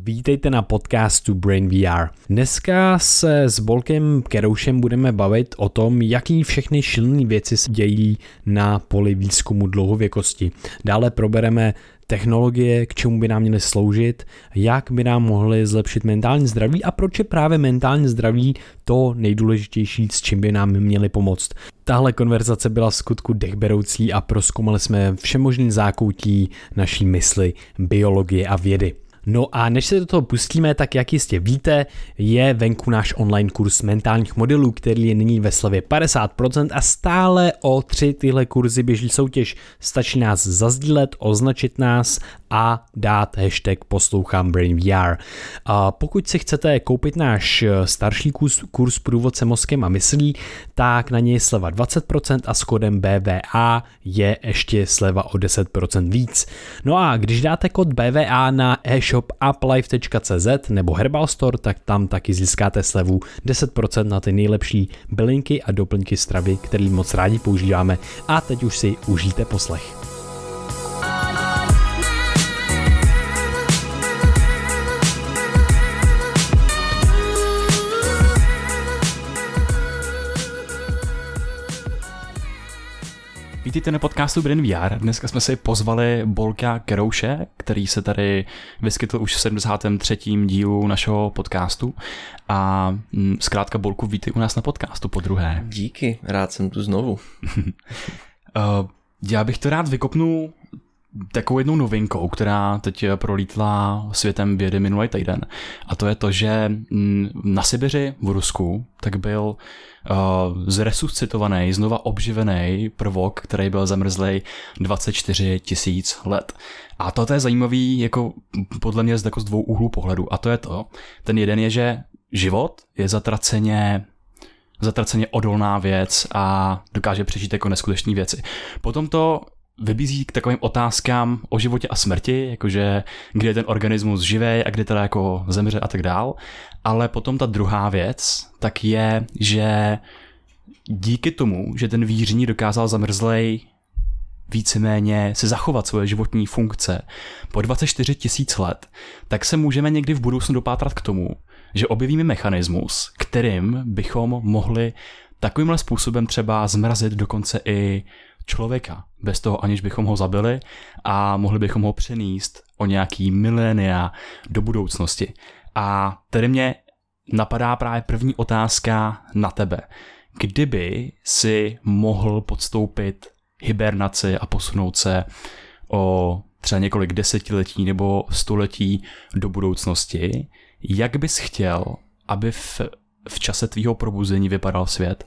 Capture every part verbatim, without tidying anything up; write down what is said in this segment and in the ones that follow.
vítejte na podcastu Brain V R. Dneska se s Bolkem Keroušem budeme bavit o tom, jaký všechny šílené věci se dějí na poli výzkumu dlouhověkosti. Dále probereme technologie, k čemu by nám měly sloužit, jak by nám mohly zlepšit mentální zdraví a proč je právě mentální zdraví to nejdůležitější, s čím by nám měly pomoct. Tahle konverzace byla v skutku dechberoucí a prozkoumali jsme všemožný zákoutí naší mysli, biologie a vědy. No a než se do toho pustíme, tak jak jistě víte, je venku náš online kurz mentálních modelů, který je nyní ve slevě padesát procent a stále o tři tyhle kurzy běží soutěž. Stačí nás zazdílet, označit nás a dát hashtag poslouchám Brain V R. A pokud si chcete koupit náš starší kurz, kurz Průvodce mozkem a myslí, tak na něj je sleva dvacet procent a s kódem B V A je ještě sleva o deset procent víc. No a když dáte kód B V A na e-shop uplife tečka cé zet nebo Herbal Store, tak tam taky získáte slevu deset procent na ty nejlepší bylinky a doplňky stravy, které moc rádi používáme. A teď už si užijte poslech. Vítejte na podcastu Brain V R. Dneska jsme si pozvali Bolka Kerouše, který se tady vyskytl už v sedmdesátém třetím dílu našeho podcastu. A zkrátka Bolku, vítej u nás na podcastu po druhé. Díky, rád jsem tu znovu. Já bych to rád vykopnul takovou jednou novinkou, která teď prolítla světem vědy minulý týden. A to je to, že na Sibiři v Rusku tak byl uh, zresuscitovaný, znova obživený prvok, který byl zamrzlej dvacet čtyři tisíc let. A to je zajímavý, jako podle mě jako z dvou úhlů pohledu. A to je to, ten jeden je, že život je zatraceně zatraceně odolná věc a dokáže přežít jako neskutečné věci. Potom to vybízí k takovým otázkám o životě a smrti, jakože kde je ten organismus živej a kde teda jako zemře a tak dál. Ale potom ta druhá věc, tak je, že díky tomu, že ten vířní dokázal zamrzlej víceméně se zachovat svoje životní funkce po dvacet čtyři tisíc let, tak se můžeme někdy v budoucnu dopátrat k tomu, že objevíme mechanismus, kterým bychom mohli takovýmhle způsobem třeba zmrazit dokonce i člověka, bez toho aniž bychom ho zabili a mohli bychom ho přenést o nějaký milénia do budoucnosti. A tady mě napadá právě první otázka na tebe. Kdyby si mohl podstoupit hibernaci a posunout se o třeba několik desetiletí nebo století do budoucnosti, jak bys chtěl, aby v, v čase tvýho probuzení vypadal svět?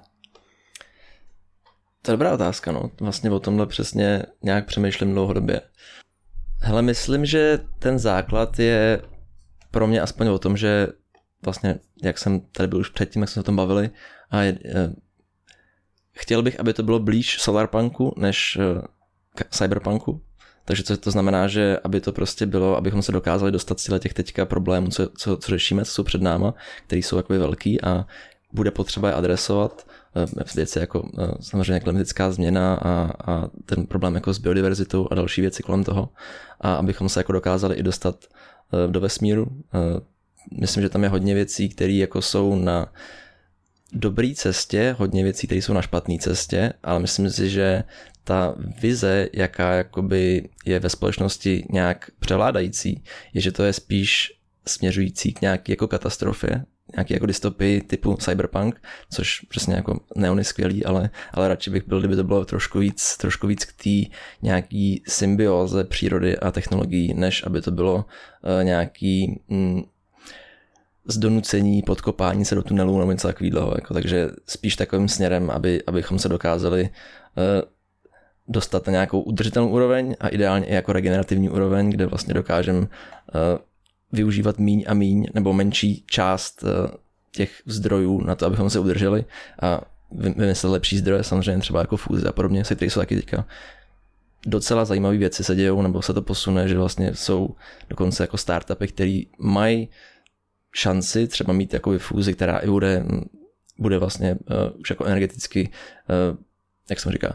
To je dobrá otázka, no. Vlastně o tomhle přesně nějak přemýšlím dlouhodobě. Hele, myslím, že ten základ je pro mě aspoň o tom, že vlastně, jak jsem tady byl už předtím, jak jsme se o tom bavili, a je, je, chtěl bych, aby to bylo blíž solarpunku než uh, cyberpunku. Takže to, to znamená, že aby to prostě bylo, abychom se dokázali dostat z těch teďka problémů, co, co, co řešíme, co jsou před náma, které jsou jakoby velký a bude potřeba je adresovat. Věci jako samozřejmě klimatická změna a, a ten problém jako s biodiverzitou a další věci kolem toho. A abychom se jako dokázali i dostat do vesmíru. Myslím, že tam je hodně věcí, které jako jsou na dobré cestě, hodně věcí, které jsou na špatné cestě, ale myslím si, že ta vize, jaká jakoby je ve společnosti nějak převládající, je, že to je spíš směřující k nějaké jako katastrofě, nějaký jako dystopii typu cyberpunk, což přesně jako neon je skvělý, ale, ale radši bych byl, kdyby to bylo trošku víc, trošku víc k té nějaký symbioze přírody a technologií, než aby to bylo uh, nějaký mm, zdonucení, podkopání se do tunelů nebo něco takového. Jako, takže spíš takovým směrem, aby, abychom se dokázali uh, dostat na nějakou udržitelnou úroveň a ideálně i jako regenerativní úroveň, kde vlastně dokážeme uh, využívat míň a míň nebo menší část těch zdrojů na to, abychom se udrželi a vymysleli lepší zdroje, samozřejmě třeba jako fúze a podobně, se které jsou taky teďka docela zajímavé věci se dějou, nebo se to posune, že vlastně jsou dokonce jako startupy, které mají šanci třeba mít takovou fúzi, která i bude, bude vlastně uh, už jako energeticky, uh, jak se říká,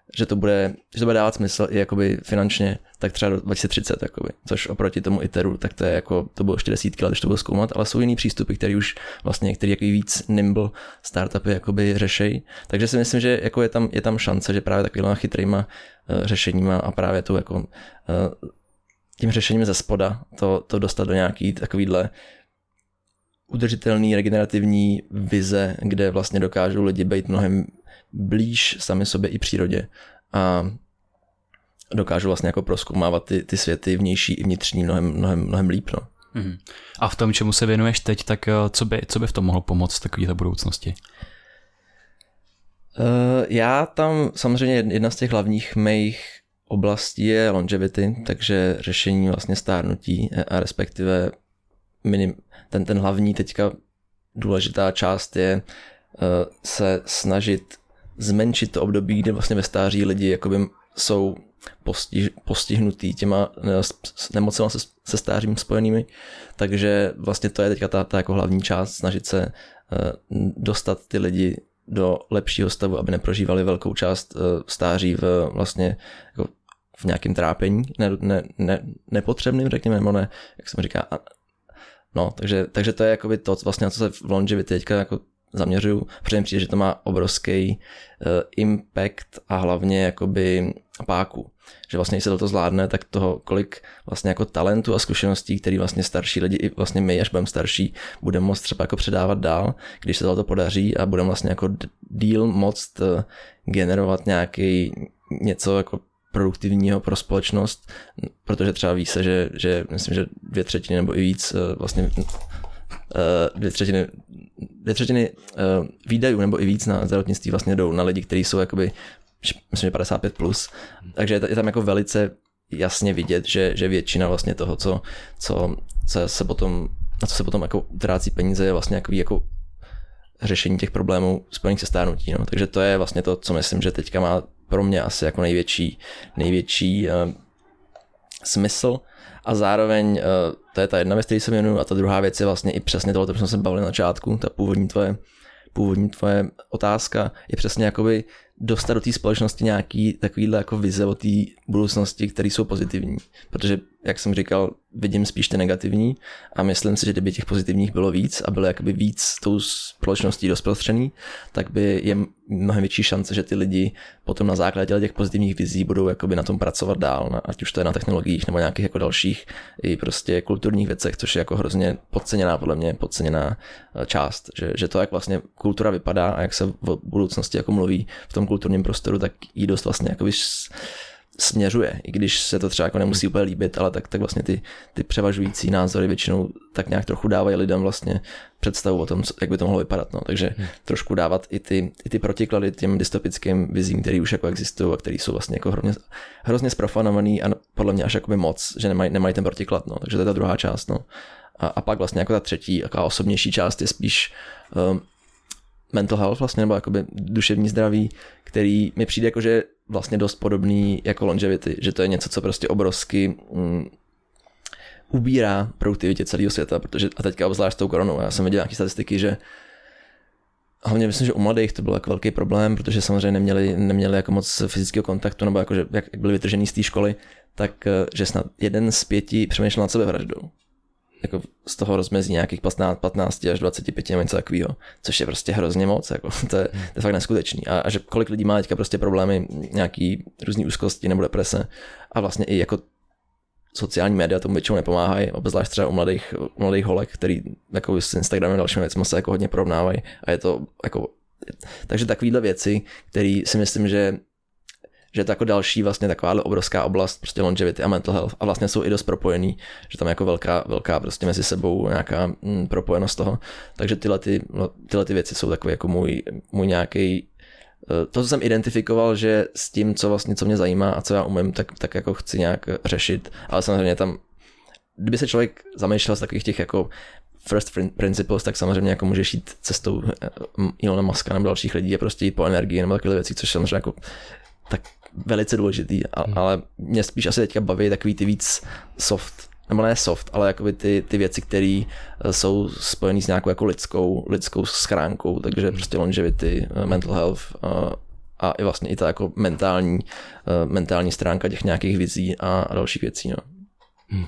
že to bude, že to bude dávat smysl i jakoby finančně, tak třeba do dva tisíce třicet, jakoby, což oproti tomu ITERu, tak to je jako, to bylo ještě desítky let, když to bylo zkoumat, ale jsou jiný přístupy, který už vlastně některý jako víc nimble startupy jakoby řešejí, takže si myslím, že jako je tam, je tam šance, že právě takovýma chytrýma uh, řešeníma a právě tu jako uh, tím řešením ze spoda to, to dostat do nějaký takovýhle udržitelný, regenerativní vize, kde vlastně dokážou lidi být mnohem blíž sami sobě i přírodě a dokážou vlastně jako prozkoumávat ty, ty světy vnější i vnitřní mnohem, mnohem, mnohem líp. No. Mm. A v tom, čemu se věnuješ teď, tak co by, co by v tom mohlo pomoct v takovéhle budoucnosti? Uh, já tam samozřejmě jedna z těch hlavních mých oblastí je longevity, takže řešení vlastně stárnutí a respektive minim, ten, ten hlavní teďka důležitá část je uh, se snažit zmenšit to období, kdy vlastně ve stáří lidi jakoby jsou postih, postihnutý těma nemocema se, se stářím spojenými, takže vlastně to je teďka ta, ta jako hlavní část, snažit se uh, dostat ty lidi do lepšího stavu, aby neprožívali velkou část uh, stáří v vlastně jako v nějakém trápení, ne, ne, ne, nepotřebným, řekněme, nebo ne, jak se mi říká. No, takže, takže to je jakoby to, vlastně na co se v longevity teďka jako zaměřuju, protože mi přijde, že to má obrovský uh, impact a hlavně jakoby páku. Že vlastně, když se to zvládne, tak toho, kolik vlastně jako talentu a zkušeností, který vlastně starší lidi, i vlastně my, až budeme starší, budeme moct třeba jako předávat dál, když se to podaří a budeme vlastně jako díl moct uh, generovat nějaký něco jako produktivního pro společnost, protože třeba ví se, že, že myslím, že dvě třetiny nebo i víc uh, vlastně dvě třetiny, dvě třetiny uh, výdajů nebo i víc na zdravotnictví vlastně jdou na lidi, kteří jsou jakoby, myslím, že padesát pět plus, takže je tam jako velice jasně vidět, že, že většina vlastně toho, co, co, co se potom, na co se potom jako trácí peníze, je vlastně jako, jako řešení těch problémů spojených se stárnutí, no. Takže to je vlastně to, co myslím, že teďka má pro mě asi jako největší, největší uh, smysl. A zároveň uh, to je ta jedna věc, který se věnuju, a ta druhá věc je vlastně i přesně tohle, co jsme se bavili na začátku, ta původní tvoje, původní tvoje otázka je přesně jakoby dostat do té společnosti nějaký takovýhle jako vize o té budoucnosti, které jsou pozitivní. Protože, jak jsem říkal, vidím spíš ty negativní a myslím si, že kdyby těch pozitivních bylo víc a bylo jakoby víc tou společností rozprostřený, tak by je mnohem větší šance, že ty lidi potom na základě těch pozitivních vizí budou jakoby na tom pracovat dál, ať už to je na technologiích nebo nějakých jako dalších i prostě kulturních věcech, což je jako hrozně podceněná, podle mě podceněná část, že, že to, jak vlastně kultura vypadá a jak se v budoucnosti jako mluví v tom kulturním prostoru, tak jí dost vlastně jakoby směřuje, i když se to třeba jako nemusí úplně líbit, ale tak, tak vlastně ty, ty převažující názory většinou tak nějak trochu dávají lidem vlastně představu o tom, jak by to mohlo vypadat. No. Takže hmm. trošku dávat i ty, i ty protiklady těm dystopickým vizím, které už jako existují a které jsou vlastně jako hrozně, hrozně zprofanovaný a podle mě až jakoby moc, že nemají, nemají ten protiklad. No. Takže to je ta druhá část. No. A, a pak vlastně jako ta třetí, taková osobnější část je spíš um, mental health vlastně, nebo jakoby duševní zdraví, který mi přijde jako, že vlastně dost podobný jako longevity, že to je něco, co prostě obrovsky um, ubírá produktivitě celého světa, protože a teďka obzvlášť s tou koronou. Já jsem viděl nějaké statistiky, že hlavně myslím, že u mladých to byl jako velký problém, protože samozřejmě neměli, neměli jako moc fyzického kontaktu, nebo jako, že jak, jak byli vytržený z té školy, tak že snad jeden z pěti přemýšlel nad sebevraždou. Jako z toho rozmezí nějakých patnáct až dvacet pět nebo něco takového, což je prostě hrozně moc, jako, to, je, to je fakt neskutečný. A, a že kolik lidí má teďka prostě problémy, nějaký různý úzkosti nebo deprese a vlastně i jako sociální média tomu většinou nepomáhají, obzvlášť třeba u mladých, u mladých holek, který jako s Instagramem a dalšími věcmi se jako hodně porovnávají a je to jako, takže takovýhle věci, které si myslím, že že je to jako další vlastně takováhle obrovská oblast prostě longevity a mental health a vlastně jsou i dost propojený, že tam je jako velká, velká prostě mezi sebou nějaká mm, propojenost toho, takže tyhle, ty, tyhle ty věci jsou takový jako můj, můj nějaký to, co jsem identifikoval, že s tím, co vlastně, co mě zajímá a co já umím, tak, tak jako chci nějak řešit, ale samozřejmě tam, kdyby se člověk zamýšlel z takových těch jako first principles, tak samozřejmě jako můžeš jít cestou Elona Muska nebo dalších lidí a prostě jít po energii nebo takové věci, což samozřejmě jako tak velice důležitý, a, hmm. ale mě spíš asi teďka baví takový ty víc soft, nebo ne soft, ale jakoby ty, ty věci, které jsou spojený s nějakou jako lidskou, lidskou schránkou, takže hmm. prostě longevity, mental health a, a i vlastně i ta jako mentální, uh, mentální stránka těch nějakých vizí a, a dalších věcí. No. Hmm.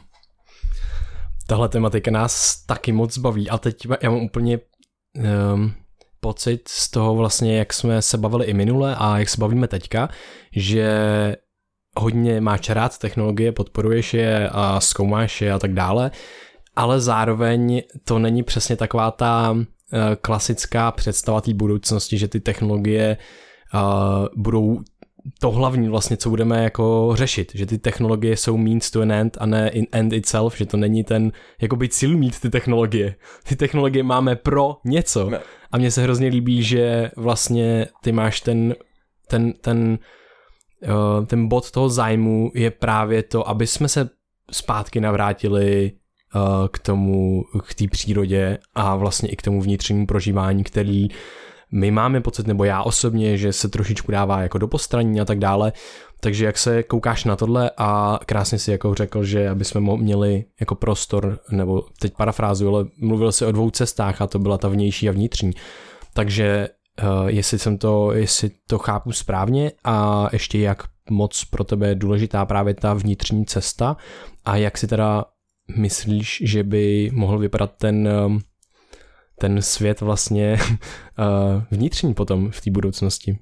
Tahle tematika nás taky moc baví a teď já mám úplně um, pocit z toho vlastně, jak jsme se bavili i minule a jak se bavíme teďka, že hodně máš rád technologie, podporuješ je a zkoumáš je a tak dále, ale zároveň to není přesně taková ta uh, klasická představa té budoucnosti, že ty technologie uh, budou to hlavní vlastně, co budeme jako řešit, že ty technologie jsou means to an end a ne end itself, že to není ten jakoby cíl mít ty technologie. Ty technologie máme pro něco a mně se hrozně líbí, že vlastně ty máš ten ten, ten, uh, ten bod toho zájmu je právě to, aby jsme se zpátky navrátili uh, k tomu, k té přírodě a vlastně i k tomu vnitřnímu prožívání, který my máme pocit, nebo já osobně, že se trošičku dává jako do postraní a tak dále. Takže jak se koukáš na tohle a krásně si jako řekl, že aby jsme měli jako prostor, nebo teď parafrázuji, ale mluvil se o dvou cestách a to byla ta vnější a vnitřní. Takže uh, jestli jsem to, jestli to chápu správně a ještě jak moc pro tebe je důležitá právě ta vnitřní cesta a jak si teda myslíš, že by mohl vypadat ten um, ten svět vlastně uh, vnitřní potom v té budoucnosti.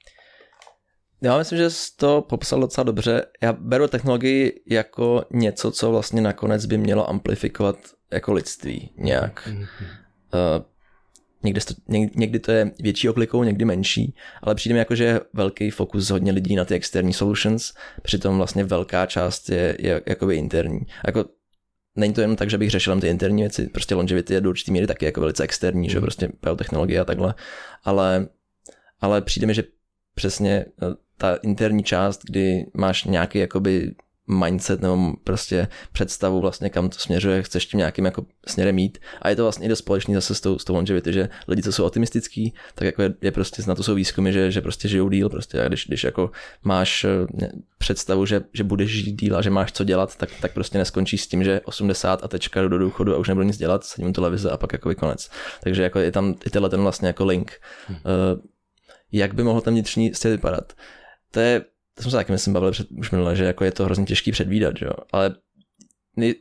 Já myslím, že jsi to popsal docela dobře. Já beru technologii jako něco, co vlastně nakonec by mělo amplifikovat jako lidství nějak. Mm-hmm. Uh, někdy, to, někdy to je větší oklikou, někdy menší, ale přijde mi jako, že je velký fokus hodně lidí na ty externí solutions, přitom vlastně velká část je, je jakoby interní. Jako není to jenom tak, že bych řešil ty interní věci, prostě longevity je do určitý míry taky jako velice externí, mm. že prostě biotechnologie a takhle, ale, ale přijde mi, že přesně ta interní část, kdy máš nějaký jakoby mindset nebo prostě představu vlastně kam to směřuje, chceš tím nějakým jako směrem jít a je to vlastně i dost společný zase s tou, s tou longevity, že lidi, co jsou optimistický, tak jako je, je prostě, na to jsou výzkumy, že, že prostě žijou díl prostě a když, když jako máš představu, že, že budeš žít díl a že máš co dělat, tak, tak prostě neskončíš s tím, že osmdesát a tečka do důchodu a už nebudu nic dělat, sedím televize a pak jako konec. Takže jako je tam i tenhle ten vlastně jako link. Hmm. Uh, jak by mohl ten vnitřní svět vypadat? To je To jsme se taky myslím bavili před, už minule, že jako je to hrozně těžký předvídat, že jo? Ale my,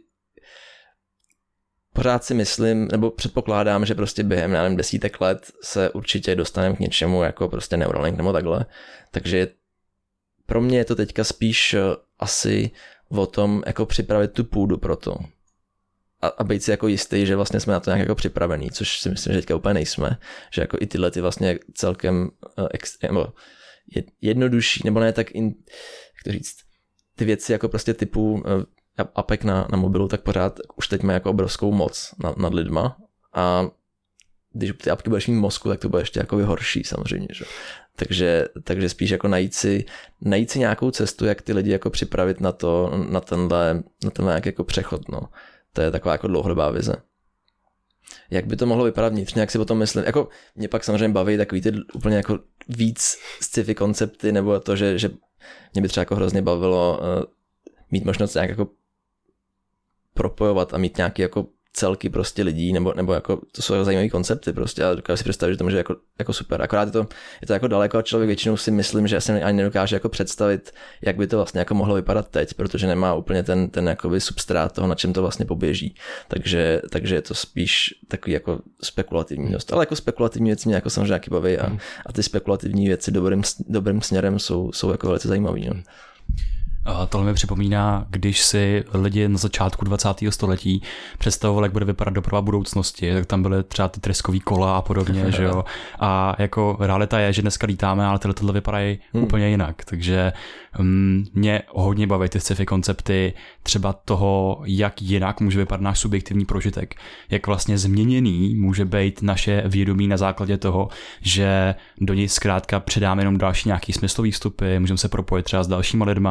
pořád si myslím, nebo předpokládám, že prostě během, nevím, desítek let se určitě dostaneme k něčemu jako prostě Neuralink nebo takhle. Takže pro mě je to teďka spíš asi o tom jako připravit tu půdu pro to. A, a být si jako jistý, že vlastně jsme na to nějak jako připravený, což si myslím, že teďka úplně nejsme. Že jako i tyhle ty vlastně celkem uh, ex, nebo jednodušší, nebo ne tak, in, jak to říct, ty věci jako prostě typu uh, apek na, na mobilu, tak pořád už teď má jako obrovskou moc nad, nad lidma a když ty apky budeš mít mozku, tak to bude ještě jako horší samozřejmě, že? Takže, takže spíš jako najít si, najít si nějakou cestu, jak ty lidi jako připravit na to, na tenhle, na tenhle nějaký jako přechod, no. To je taková jako dlouhodobá vize. Jak by to mohlo vypadat vnitřně, jak si o tom myslím. Jako mě pak samozřejmě baví takový ty úplně jako víc sci-fi koncepty, nebo to, že, že mě by třeba jako hrozně bavilo uh, mít možnost nějak jako propojovat a mít nějaký jako celky prostě lidí, nebo, nebo jako to jsou zajímavé koncepty prostě a dokážu si představit, že to může jako, jako super. Akorát je to, je to jako daleko a člověk většinou si myslím, že se ani nedokáže jako představit, jak by to vlastně jako mohlo vypadat teď, protože nemá úplně ten, ten jakoby substrát toho, na čem to vlastně poběží. Takže, takže je to spíš takový jako spekulativní dost. Ale jako spekulativní věci mě jako samozřejmě nějaký baví a, a ty spekulativní věci dobrým, dobrým směrem jsou, jsou jako velice zajímavý. No. Tohle mi připomíná, když si lidi na začátku dvacátého století představovali, jak bude vypadat doprava budoucnosti, tak tam byly třeba ty treskový kola a podobně, že jo. A jako realita je, že dneska lítáme, ale tyhle tohle vypadají hmm. úplně jinak. Takže um, mě hodně baví ty sci-fi koncepty třeba toho, jak jinak může vypadat náš subjektivní prožitek. Jak vlastně změněný může být naše vědomí na základě toho, že do něj zkrátka přidáme jenom další nějaký smyslový vstupy, můžeme se propojit třeba s dalšíma lidma,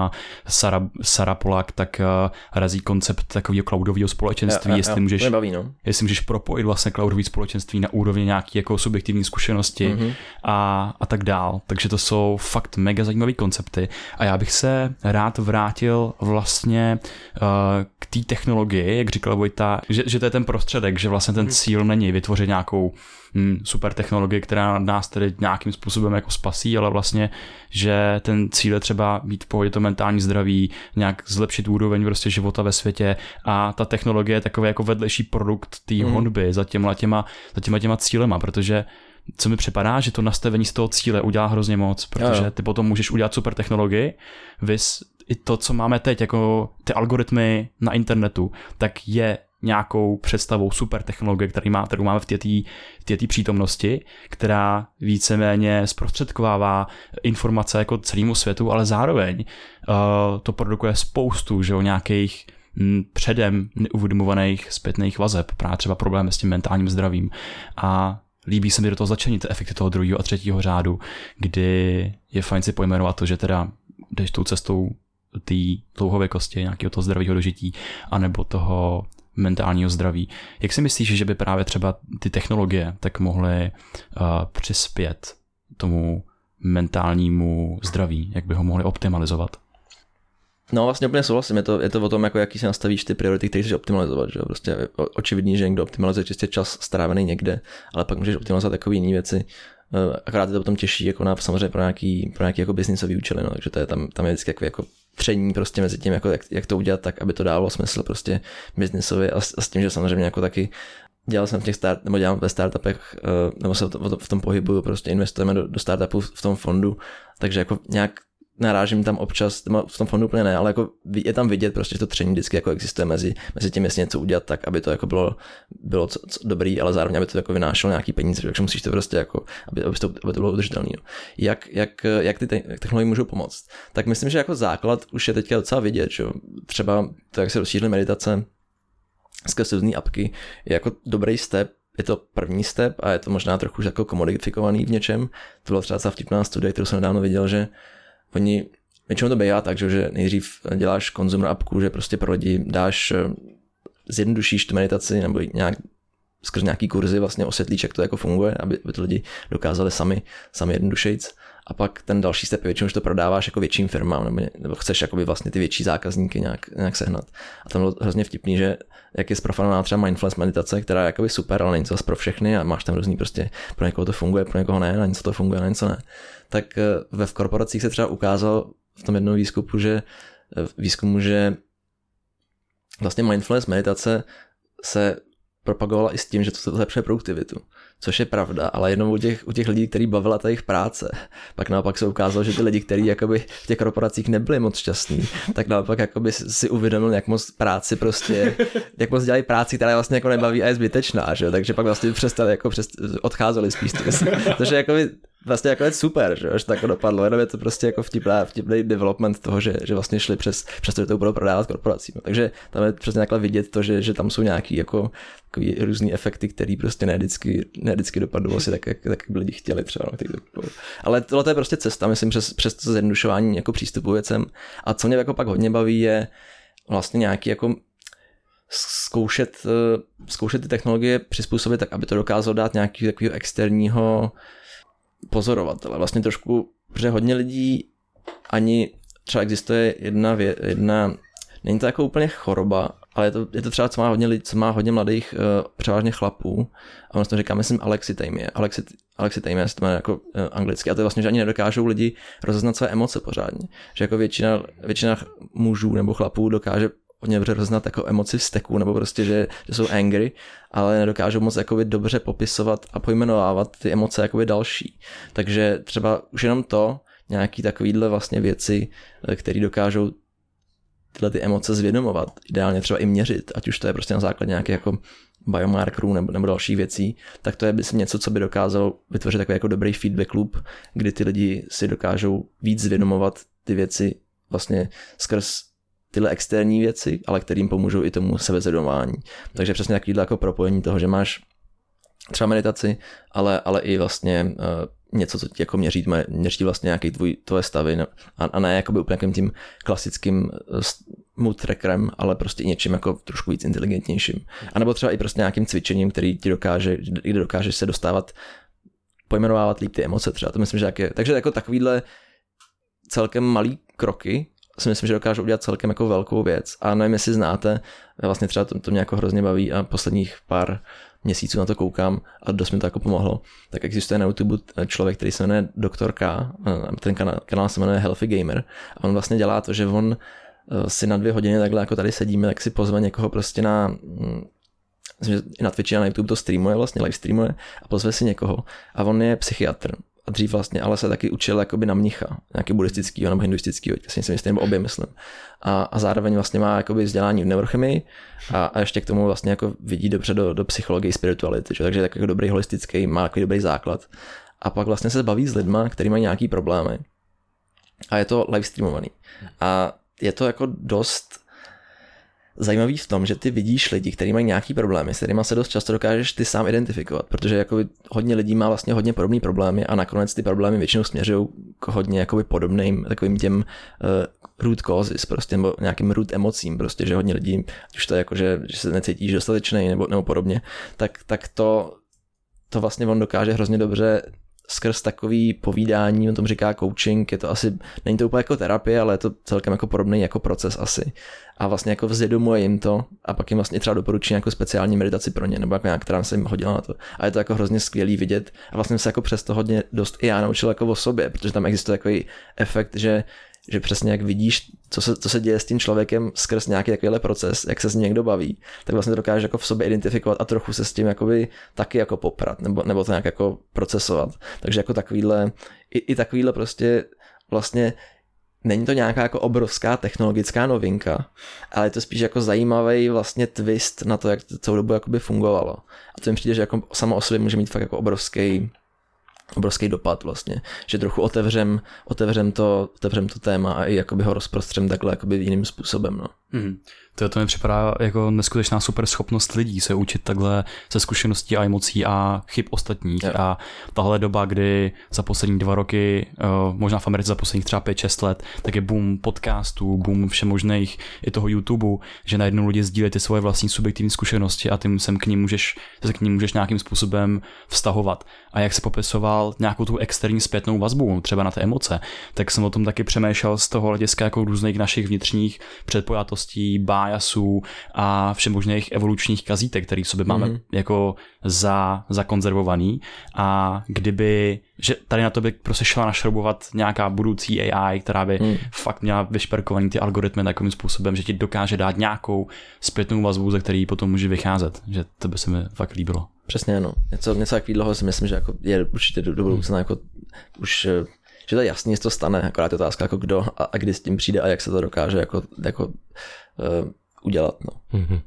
Sara, Sara Polak tak uh, razí koncept takového cloudového společenství, ja, ja, jestli, ja, můžeš, baví, no. jestli můžeš propojit vlastně cloudové společenství na úrovni nějaké jako subjektivní zkušenosti mm-hmm. a, a tak dál. Takže to jsou fakt mega zajímavé koncepty a já bych se rád vrátil vlastně uh, k té technologii, jak říkal Vojta, že, že to je ten prostředek, že vlastně ten cíl není vytvořit nějakou hm, super technologii, která nás tedy nějakým způsobem jako spasí, ale vlastně, že ten cíl je třeba mít v pohodě to mentální zdraví, nějak zlepšit úroveň prostě života ve světě a ta technologie je takový jako vedlejší produkt té mm. honby za těma těma, za těma těma cílema, protože co mi připadá, že to nastavení z toho cíle udělá hrozně moc, protože ty potom můžeš udělat super technologii, vys i to, co máme teď, jako ty algoritmy na internetu, tak je nějakou představou super technologie, který má, kterou máme v této přítomnosti, která víceméně zprostředkovává informace jako celému světu, ale zároveň uh, to produkuje spoustu, že o nějakých m, předem neuvědomovaných zpětných vazeb, právě třeba problémy s tím mentálním zdravím. A líbí se mi do toho začlenit efekty toho druhého a třetího řádu, kdy je fajn si pojmenovat to, že teda jdeš tou cestou té dlouhověkosti, nějakého toho zdravého dožití, anebo toho mentálního zdraví. Jak si myslíš, že by právě třeba ty technologie tak mohly uh, přispět tomu mentálnímu zdraví, jak by ho mohly optimalizovat? No vlastně úplně souhlasím, je to, je to o tom, jako jaký si nastavíš ty priority, které chceš optimalizovat, že jo? Prostě je očividný, že někdo optimalizuje čistě čas strávený někde, ale pak můžeš optimalizovat takové jiné věci. Akorát je to potom těžší jako na, samozřejmě pro nějaký, pro nějaký jako biznisový účely, no, takže to je tam, tam je vždycky jako, jako tření prostě mezi tím, jako jak, jak, to udělat tak, aby to dávalo smysl prostě biznisově a, a s tím, že samozřejmě jako taky dělal jsem v těch start, nebo dělám ve startupech, nebo se v tom pohybuju, prostě investujeme do, do startupů v tom fondu, takže jako nějak narážím tam občas, v tom fondu úplně ne, ale jako je tam vidět prostě, že to tření vždycky jako existuje mezi, mezi tím, jestli něco udělat tak, aby to jako bylo, bylo co, co dobrý, ale zároveň aby to jako vynášelo nějaký peníze, takže musíš to prostě jako, aby, aby, to, aby to bylo udržitelné. No. Jak, jak, jak ty technologie můžou pomoct? Tak myslím, že jako základ už je teďka docela vidět, že třeba to, jak se rozšířily meditace skrz různý apky, je jako dobrý step. Je to první step a je to možná trochu už jako komodifikovaný v něčem. To byla třeba vtipná studie, kterou jsem nedávno viděl, že oni, většinou to bývá tak, že nejdřív děláš konzumer appku, že prostě pro lidi dáš, zjednodušíš tu meditaci nebo nějak skrz nějaký kurzy vlastně osvětlíš, jak to jako funguje, aby, aby to lidi dokázali sami, sami jednodušejc. A pak ten další step je většinou, že to prodáváš jako větším firmám nebo, nebo chceš jakoby vlastně ty větší zákazníky nějak, nějak sehnat. A tam bylo hrozně vtipný, že jak je zprofanovaná třeba mindfulness meditace, která je jakoby super, ale není to zase pro všechny a máš tam různý prostě, pro někoho to funguje, pro někoho ne, na něco to funguje, na něco ne. Tak ve v korporacích se třeba ukázalo v tom jednom výzkumu, že výzkumu, že vlastně mindfulness meditace se propagovala i s tím, že to zlepšuje produktivitu. Což je pravda, ale jenom u těch, u těch lidí, kteří bavila ta jejich práce. Pak naopak se ukázalo, že ty lidi, kteří jakoby v těch korporacích nebyli moc šťastní, tak naopak jakoby si uvědomil, jak moc práci prostě, jak moc dělají práci, která vlastně jako nebaví a je zbytečná, že? Takže pak vlastně přestali, jako přest, odcházeli spíš. Takže jakoby vlastně jako je super, že, že to jako dopadlo, jenom je to prostě jako vtipná, vtipný development toho, že, že vlastně šli přes, přes to, že to budou prodávat korporacím. Takže tam je přesně takhle vidět to, že, že tam jsou nějaký jako různý efekty, které prostě ne vždycky, ne vždycky dopadnou asi tak, jak, tak by lidi chtěli třeba. No, ale tohle je prostě cesta, myslím, přes, přes to zjednodušování jako přístupu věcem. A co mě jako pak hodně baví, je vlastně nějaký jako zkoušet, zkoušet ty technologie přizpůsobit tak, aby to dokázalo dát nějaký takového externího pozorovatele. Vlastně trošku, protože hodně lidí ani třeba existuje jedna, vě, jedna není to jako úplně choroba, ale je to, je to třeba, co má hodně lidí, co má hodně mladých, uh, převážně chlapů, a ono se to říká, myslím, alexithymie. Alexit, alexithymie se to má jako uh, anglicky, a to je vlastně, že ani nedokážou lidi rozeznat své emoce pořádně. Že jako většina, většina mužů nebo chlapů dokáže hodně dobře rozeznat jako emoci vzteku, nebo prostě, že, že jsou angry, ale nedokážou moc jakoby dobře popisovat a pojmenovávat ty emoce jakoby další. Takže třeba už jenom to, nějaký takovýhle vlastně věci, které dokážou tyhle ty emoce zvědomovat, ideálně třeba i měřit, ať už to je prostě na základě nějakých jako biomarkerů nebo, nebo dalších věcí, tak to je myslím něco, co by dokázalo vytvořit takový jako dobrý feedback loop, kdy ty lidi si dokážou víc zvědomovat ty věci vlastně skrz tyhle externí věci, ale kterým pomůžou i tomu sebezvědomování. Takže přesně takovýhle jako propojení toho, že máš třeba meditaci, ale, ale i vlastně uh, něco, co ti jako měří, měří vlastně nějaký tvůj, tvoje stavy a, a ne jakoby úplně nějakým tím klasickým mood trackerem, ale prostě i něčím jako trošku víc inteligentnějším. A nebo třeba i prostě nějakým cvičením, který ti dokáže, kde dokážeš se dostávat, pojmenovávat líp ty emoce třeba, to myslím, že jak je. Takže jako takovýhle celkem malý kroky si myslím, že dokážou udělat celkem jako velkou věc. A nevím, jestli znáte, vlastně třeba to, to mě jako hrozně baví a posledních pár měsíců na to koukám a dost mi to jako pomohlo. Tak existuje na YouTube člověk, který se jmenuje doktor K, ten kanál, kanál se jmenuje Healthy Gamer a on vlastně dělá to, že on si na dvě hodiny takhle jako tady sedíme, tak si pozve někoho prostě na myslím, že i na Twitchi a na YouTube to streamuje, vlastně live streamuje a pozve si někoho a on je psychiatr. A dřív vlastně, ale se taky učil jakoby na mnicha, nějaký buddhistického nebo hinduistického, si myslím, nebo obě myslím. A, a zároveň vlastně má jakoby vzdělání v neurochemii a, a ještě k tomu vlastně jako vidí dobře do, do psychologie, spirituality, že? Takže je takový dobrý holistický, má takový dobrý základ. A pak vlastně se baví s lidma, kteří mají nějaký problémy. A je to live streamovaný. A je to jako dost zajímavý v tom, že ty vidíš lidi, kteří mají nějaký problémy, s kterými se dost často dokážeš ty sám identifikovat, protože jakoby hodně lidí má vlastně hodně podobné problémy a nakonec ty problémy většinou směřují k hodně jakoby podobným takovým těm uh, root causes, prostě, nebo nějakým root emocím, prostě, že hodně lidí, už to je jako, že, že se necítíš dostatečný nebo, nebo podobně, tak, tak to, to vlastně on dokáže hrozně dobře skrz takový povídání, on tomu říká coaching, je to asi, není to úplně jako terapie, ale je to celkem jako podobný jako proces asi. A vlastně jako vzvědomuje jim to a pak jim vlastně třeba doporučí nějakou speciální meditaci pro ně, nebo jako nějak, která se jim hodila na to. A je to jako hrozně skvělý vidět a vlastně se jako přesto hodně dost i já naučil jako o sobě, protože tam existuje takový efekt, že že přesně jak vidíš, co se, co se děje s tím člověkem skrz nějaký takovýhle proces, jak se s ním někdo baví, tak vlastně to dokážeš jako v sobě identifikovat a trochu se s tím jakoby taky jako poprat, nebo, nebo to nějak jako procesovat. Takže jako takovýhle, i, i takovýhle prostě vlastně není to nějaká jako obrovská technologická novinka, ale je to spíš jako zajímavý vlastně twist na to, jak to celou dobu jakoby fungovalo. A to mi přijde, že jako samo o sobě může mít fakt jako obrovský obrovský dopad vlastně, že trochu otevřem, otevřem, to, otevřem to téma a i jakoby ho rozprostřem takhle jakoby jiným způsobem. No. Mm. To, to mi připadá jako neskutečná super schopnost lidí se učit takhle ze zkušeností a emocí a chyb ostatních. Jo. A tahle doba, kdy za poslední dva roky, možná v Americe za posledních třeba pět šest let, tak je boom podcastů, boom všemožných i toho YouTube, že najednou lidi sdílejí ty svoje vlastní subjektivní zkušenosti a ty sem k ním můžeš, se k ním můžeš nějakým způsobem vztahovat. A jak se popisoval nějakou tu externí zpětnou vazbu, třeba na ty emoce, tak jsem o tom taky přemýšlel z toho hlediska jako různých našich vnitřních předpojatostí, biasů a všemožných evolučních kazítek, který v sobě máme mm-hmm. jako za, zakonzervovaný a kdyby, že tady na to by prostě šla našroubovat nějaká budoucí A I, která by mm. fakt měla vyšperkovaný ty algoritmy takovým způsobem, že ti dokáže dát nějakou zpětnou vazbu, ze který potom může vycházet, že to by se mi fakt líbilo. Přesně, no. Něco, něco takového si myslím, že jako je určitě do, do budoucna jako už, že to je jasný, že to stane, akorát je otázka jako kdo a, a kdy s tím přijde a jak se to dokáže jako, jako uh, udělat, no. Mm-hmm.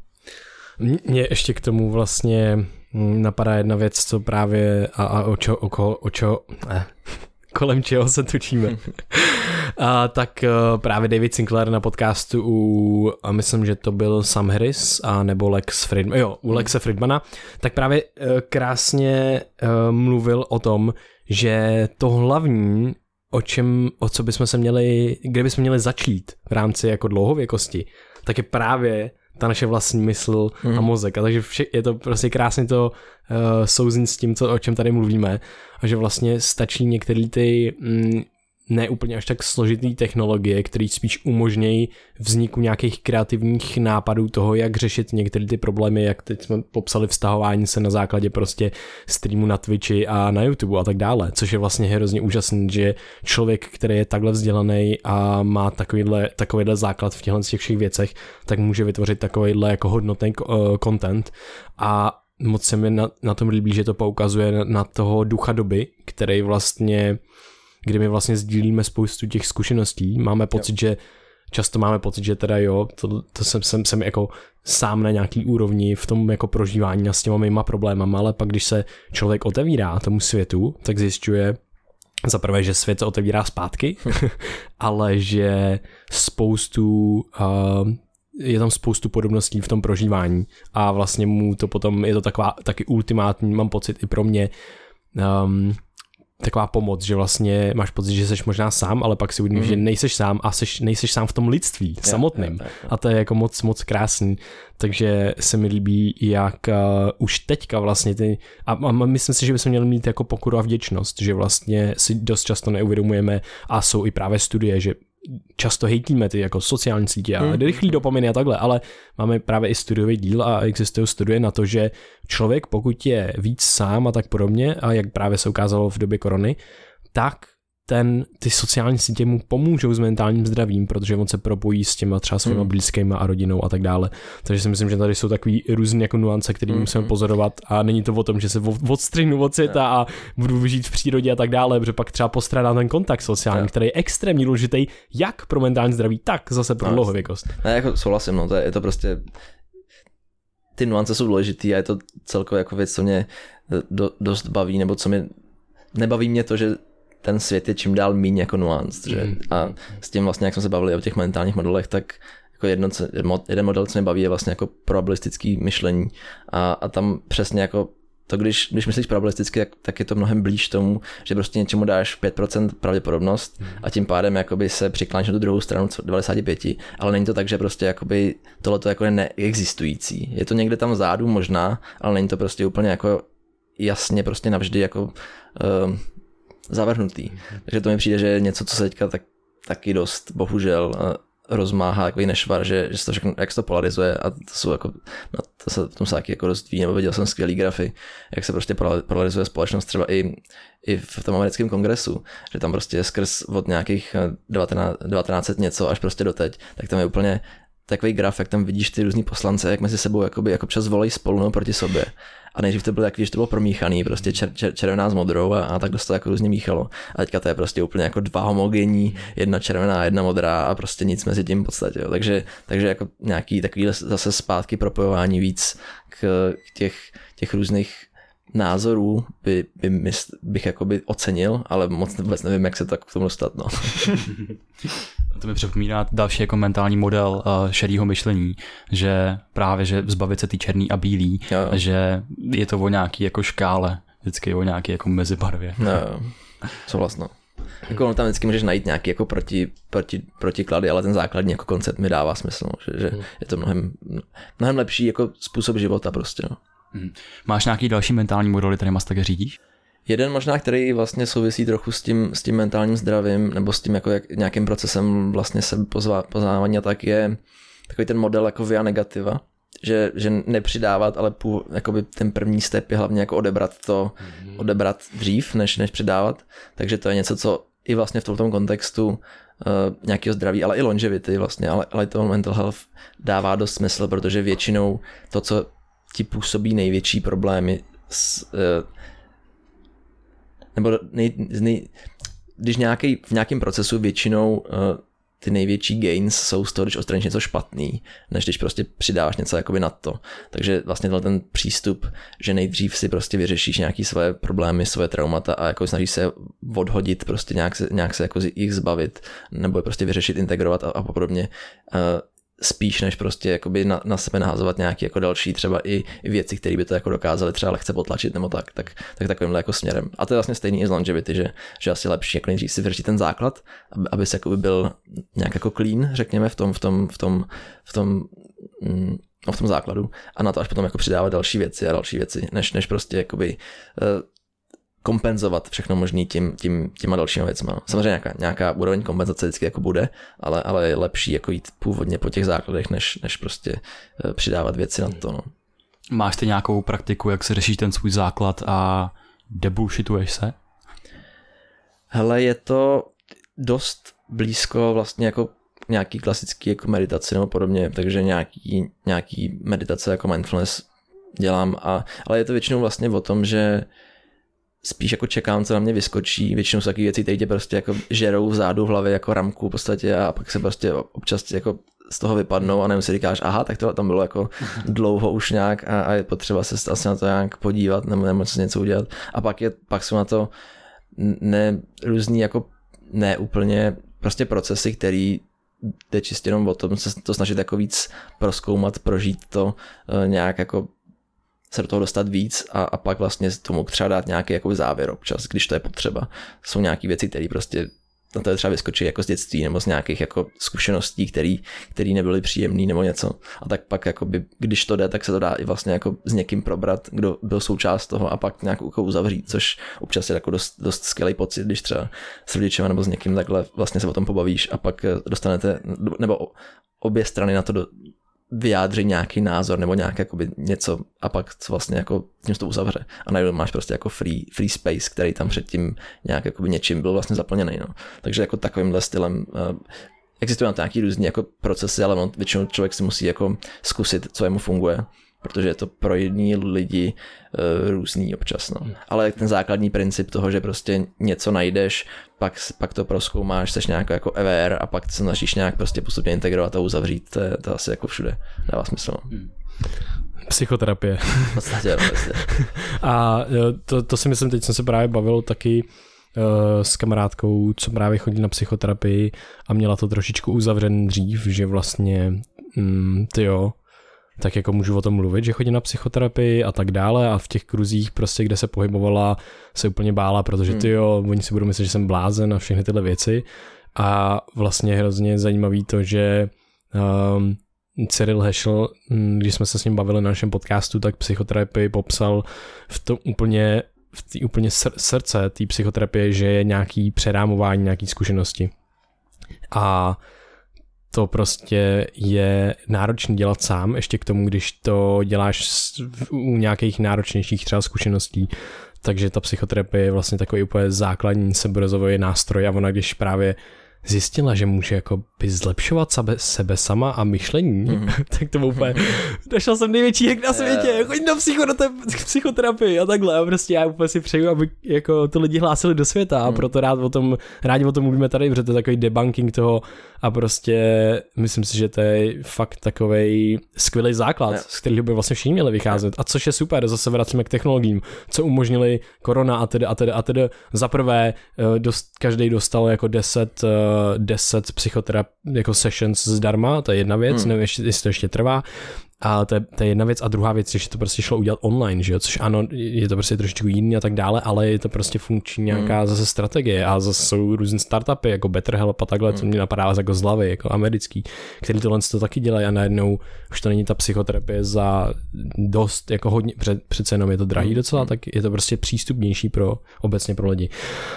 Mně ještě k tomu vlastně napadá jedna věc, co právě a, a o čo, o, o čo, eh, kolem čeho se točíme. A tak právě David Sinclair na podcastu u, a myslím, že to byl Sam Harris a nebo Lex Fridman, jo, u Lexe Fridmana, tak právě krásně mluvil o tom, že to hlavní, o čem, o co bychom se měli, kde bychom měli začít v rámci jako dlouhověkosti, tak je právě ta naše vlastní mysl mm. a mozek. A takže vše, je to prostě krásně to uh, souzní s tím, co, o čem tady mluvíme. A že vlastně stačí některé ty mm, ne úplně až tak složitý technologie, které spíš umožnějí vzniku nějakých kreativních nápadů toho, jak řešit některé ty problémy, jak teď jsme popsali vztahování se na základě prostě streamu na Twitchi a na YouTube a tak dále, což je vlastně hrozně úžasný, že člověk, který je takhle vzdělaný a má takovýhle, takovýhle základ v těchto těch všech věcech, tak může vytvořit takovýhle jako hodnotný uh, content a moc se mi na, na tom líbí, že to poukazuje na, na toho ducha doby, který vlastně kdy my vlastně sdílíme spoustu těch zkušeností, máme pocit, jo. že často máme pocit, že teda jo, to, to jsem, jsem, jsem jako sám na nějaký úrovni v tom jako prožívání a s těma mýma problémama, ale pak když se člověk otevírá tomu světu, tak zjišťuje za prvé, že svět se otevírá zpátky, ale že spoustu uh, je tam spoustu podobností v tom prožívání a vlastně mu to potom je to taková taky ultimátní, mám pocit i pro mě um, taková pomoc, že vlastně máš pocit, že jsi možná sám, ale pak si uvědomíš, mm. že nejseš sám a seš, nejseš sám v tom lidství yeah, samotným. Yeah, yeah. A to je jako moc, moc krásný. Takže se mi líbí, jak uh, už teďka vlastně ty, a, a myslím si, že bychom měli mít jako pokoru a vděčnost, že vlastně si dost často neuvědomujeme a jsou i právě studie, že často hejtíme ty jako sociální sítě a mm. rychlý dopaminy a takhle, ale máme právě i studiový díl a existují studie na to, že člověk, pokud je víc sám a tak podobně, a jak právě se ukázalo v době korony, tak ten, ty sociální sítě mu pomůžou s mentálním zdravím, protože on se propojí s těma třeba svýma mm. blízkýma a rodinou a tak dále. Takže si myslím, že tady jsou takový různý jako nuance, který mm. musíme pozorovat a není to o tom, že se odstřihnu od světa a budu žít v přírodě a tak dále, protože pak třeba postrádám ten kontakt sociální, který je extrémně důležitý jak pro mentální zdraví, tak zase pro dlouhověkost. Ne, jako souhlasím, no, to je, je to prostě ty nuance jsou důležitý a je to celkově jako věc, co mě do, dost baví, nebo co mě nebaví mě to, že ten svět je čím dál míň jako nuanced, že? Mm. A s tím vlastně, jak jsme se bavili o těch mentálních modelech, tak jako jedno, jeden model, co mě baví, je vlastně jako probabilistický myšlení a, a tam přesně jako to, když, když myslíš probabilisticky, tak, tak je to mnohem blíž tomu, že prostě něčemu dáš pět procent pravděpodobnost mm. a tím pádem jakoby se přikláníš na tu druhou stranu devadesát pět, ale není to tak, že prostě jakoby tohleto jako je neexistující. Je to někde tam vzadu možná, ale není to prostě úplně jako jasně prostě navždy jako uh, zavrhnutý. Takže to mi přijde, že je něco, co se teďka tak, taky dost bohužel rozmáhá takový nešvar, že, že se to všechno, jak se to polarizuje a to jsou jako, no, to se, v tom se taky jako dost ví, nebo viděl jsem skvělý grafy, jak se prostě polarizuje společnost třeba i, i v tom americkém kongresu, že tam prostě skrz od nějakých devatenáct set něco až prostě doteď, tak tam je úplně takový graf, jak tam vidíš ty různý poslance, jak mezi sebou jakoby, jako přes volají spolu nebo proti sobě. A nejdřív to bylo takový, že to bylo promíchaný, prostě čer, čer, červená s modrou a, a tak dost to jako různě míchalo. A teďka to je prostě úplně jako dva homogenní, jedna červená, jedna modrá a prostě nic mezi tím v podstatě. Jo. Takže, takže jako nějaký takový zase zpátky propojování víc k, k těch, těch různých názorů by, by mysl, bych jakoby ocenil, ale moc vůbec nevím, jak se tak k tomu dostat. No. To mi připomíná další jako mentální model uh, šedýho myšlení, že právě, že zbavit se ty černý a bílý, jo. Že je to o nějaký jako škále, vždycky o nějaký jako mezibarvě. No, souhlasno. Jako no, tam vždycky můžeš najít nějaký jako proti, proti, protiklady, ale ten základní jako koncept mi dává smysl, no, že, že hmm. je to mnohem, mnohem lepší jako způsob života prostě. No. Hmm. Máš nějaký další mentální modely, kterýma se tak řídíš? Jeden možná, který vlastně souvisí trochu s tím, s tím mentálním zdravím, nebo s tím jako jak, nějakým procesem vlastně sebepoznávání, tak je takový ten model jako via negativa, že, že nepřidávat, ale půl, jakoby ten první step je hlavně jako odebrat to, mm-hmm. odebrat dřív, než, než přidávat. Takže to je něco, co i vlastně v tomto kontextu uh, nějakého zdraví, ale i longevity vlastně, ale, ale to mental health dává dost smysl, protože většinou to, co ti působí největší problémy s, uh, nebo nej, nej, když nějaký, v nějakém procesu většinou uh, ty největší gains jsou z toho, když odstraníš něco špatný, než když prostě přidáváš něco jakoby nad to. Takže vlastně ten přístup, že nejdřív si prostě vyřešíš nějaký své problémy, své traumata a jako snažíš se odhodit, prostě nějak se, nějak se jako jich zbavit, nebo je prostě vyřešit, integrovat a, a podobně. Uh, spíš než prostě jakoby na, na sebe nahazovat nějaký jako další třeba i, i věci, které by to jako dokázaly třeba lehce potlačit nebo tak, tak, tak takovýmhle jako směrem. A to je vlastně stejný i z longevity, že, že asi lepší jako nejdřív si vyřešit ten základ, aby, aby se jakoby byl nějak jako clean, řekněme, v tom, v tom, v tom, v tom, mm, no v tom základu a na to až potom jako přidávat další věci a další věci, než, než prostě jakoby uh, kompenzovat všechno možný tím, tím, těma dalšíma věcma. Samozřejmě nějaká, nějaká úroveň kompenzace vždycky jako bude, ale, ale je lepší jako jít původně po těch základech, než, než prostě přidávat věci na to. No. Máš ty nějakou praktiku, jak se řešíš ten svůj základ a debullshituješ se? Hele, je to dost blízko vlastně jako nějaký klasický jako meditaci nebo podobně, takže nějaký, nějaký meditace jako mindfulness dělám, a, ale je to většinou vlastně o tom, že spíš jako čekám, co na mě vyskočí. Většinou jsou takové věci, které tě prostě jako žerou vzadu v hlavě jako ramku v podstatě a pak se prostě občas jako z toho vypadnou a nevím, si říkáš, aha, tak to tam bylo jako dlouho už nějak a, a je potřeba se asi na to nějak podívat nebo, nebo něco udělat. A pak, je, pak jsou na to ne různý jako ne úplně prostě procesy, který jde čistě jenom o tom se to snažit jako víc prozkoumat, prožít to nějak jako se do toho dostat víc a, a pak vlastně tomu třeba dát nějaký jako závěr občas, když to je potřeba. Jsou nějaké věci, které prostě na to je třeba vyskočí jako z dětství nebo z nějakých jako zkušeností, které který nebyly příjemné nebo něco. A tak pak jakoby, když to jde, tak se to dá i vlastně jako s někým probrat, kdo byl součást toho a pak nějak jako uzavřít, což občas je jako dost, dost skvělý pocit, když třeba s rodičem nebo s někým takhle vlastně se o tom pobavíš a pak dostanete, nebo obě strany na to do, vyjádří nějaký názor nebo nějak jakoby něco a pak co vlastně jako tím to uzavře a najednou máš prostě jako free, free space, který tam předtím nějak jakoby něčím byl vlastně zaplněný, no. Takže jako takovýmhle stylem uh, existují na to nějaký různý jako procesy, ale on, většinou člověk si musí jako zkusit, co jemu funguje, protože je to pro jední lidi uh, různý občas, no. Ale ten základní princip toho, že prostě něco najdeš, pak, pak to prozkoumáš, seš nějak jako aware a pak se snažíš nějak prostě postupně integrovat a uzavřít, to, je, to asi jako všude dává smysl. No. Psychoterapie. V podstatě, no, vlastně. A to, to si myslím, teď jsem se právě bavil taky uh, s kamarádkou, co právě chodí na psychoterapii a měla to trošičku uzavřen dřív, že vlastně mm, ty jo, tak jako můžu o tom mluvit, že chodí na psychoterapii a tak dále a v těch kruzích prostě, kde se pohybovala, se úplně bála, protože ty jo, oni si budou myslet, že jsem blázen a všechny tyhle věci a vlastně hrozně zajímavý to, že um, Cyril Hešel, když jsme se s ním bavili na našem podcastu, tak psychoterapii popsal v tom úplně, v té úplně sr- srdce té psychoterapie, že je nějaký předámování, nějaký zkušenosti a to prostě je náročný dělat sám, ještě k tomu, když to děláš u nějakých náročnějších třeba zkušeností. Takže ta psychoterapie je vlastně takový úplně základní seberozvojový nástroj a ona když právě zjistila, že může jako by zlepšovat sebe, sebe sama a myšlení, mm. tak to úplně, došel jsem největší jak na světě, chodím na psychoterapii a takhle a prostě já úplně si přeju, aby jako to lidi hlásili do světa a proto rád o tom, rádi o tom mluvíme tady, protože to je takový debunking toho a prostě myslím si, že to je fakt takovej skvělý základ, z kterého by vlastně všichni měli vycházet a což je super, zase vracíme k technologiím, co umožnili korona a tedy a tedy a tedy za prvé dost, každý dostal jako deset deset psychoterapie jako sessions zdarma, to je jedna věc, hmm. nevím, jestli to ještě trvá, a to je, to je jedna věc a druhá věc, že to prostě šlo udělat online, že jo, což ano, je to prostě trošičku jiný a tak dále, ale je to prostě funkční nějaká hmm. zase strategie a zase jsou různé startupy jako BetterHelp a takhle, hmm. co mě napadá jako z hlavy, jako americký, který tohle to taky dělají a najednou už to není ta psychoterapie za dost, jako hodně, před, přece jenom je to drahý docela, tak je to prostě přístupnější pro, obecně pro lidi.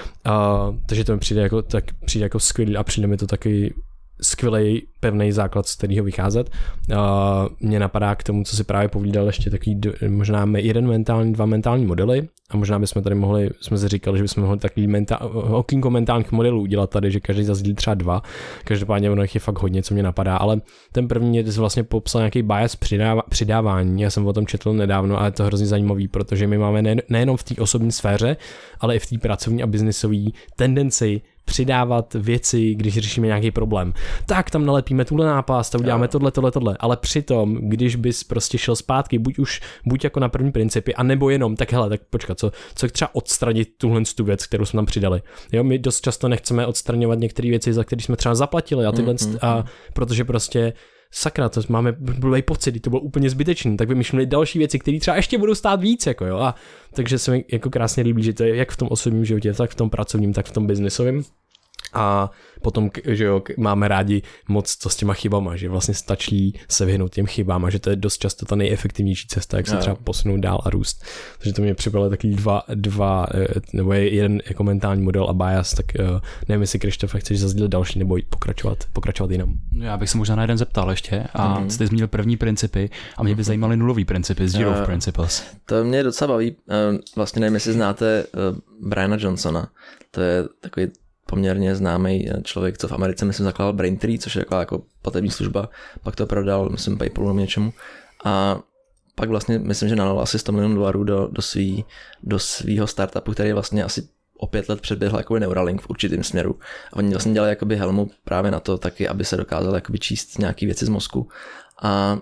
Uh, takže to mi přijde jako, tak přijde jako skvělý a přijde mi to taky skvělý pevný základ, z kterého vycházet. Uh, mně napadá k tomu, co si právě povídal, ještě takový možná jeden mentální, dva mentální modely a možná bychom tady mohli, jsme si říkali, že bychom mohli takový mentál, okýnko mentálních modelů udělat tady, že každý zazdílí třeba dva. Každopádně ono je fakt hodně, co mě napadá, ale ten první je vlastně popsal nějaký bias přidává, přidávání. Já jsem o tom četl nedávno a je to hrozně zajímavý, protože my máme ne, nejenom v té osobní sféře, ale i v té pracovní a biznisové tendenci přidávat věci, když řešíme nějaký problém. Tak tam nalepíme tuhle nápast a uděláme tohle, tohle, tohle. Ale přitom, když bys prostě šel zpátky, buď už, buď jako na první principy, anebo jenom, tak hele, tak počkat, co, co třeba odstranit tuhle tu věc, kterou jsme tam přidali. Jo, my dost často nechceme odstraňovat některé věci, za které jsme třeba zaplatili a tyhle, mm-hmm. a protože prostě sakra, to máme blbý pocit, to bylo úplně zbytečný, tak vymýšleli další věci, které třeba ještě budou stát víc, jako jo, a takže se mi jako krásně líbí, že to je jak v tom osobním životě, tak v tom pracovním, tak v tom biznisovém. A potom, že jo, máme rádi moc co s těma chybama, že vlastně stačí se vyhnout těm chybám a že to je dost často ta nejefektivnější cesta, jak se třeba posunout dál a růst. Takže to mě připadalo takový dva, dva, nebo jeden jako mentální model a bias, tak nevím, jestli Krištofe chceš zazdílet další nebo pokračovat, pokračovat jinam. Já bych se možná na jeden zeptal ještě a mm-hmm. jste zmínil první principy a mě by zajímaly nulový principy, zero uh, principles. To mě docela baví, vlastně nevím, jestli znáte Briana Johnsona, to je takový poměrně známý člověk, co v Americe, myslím, zakládal Braintree, což je taková jako platební služba, pak to prodal, myslím, PayPalu nebo něčemu a pak vlastně, myslím, že nalil asi sto milionů dolarů do, do, svý, do svýho startupu, který vlastně asi o pět let předběhl jako Neuralink v určitém směru. A oni vlastně dělali jakoby helmu právě na to taky, aby se dokázal jakoby číst nějaký věci z mozku. A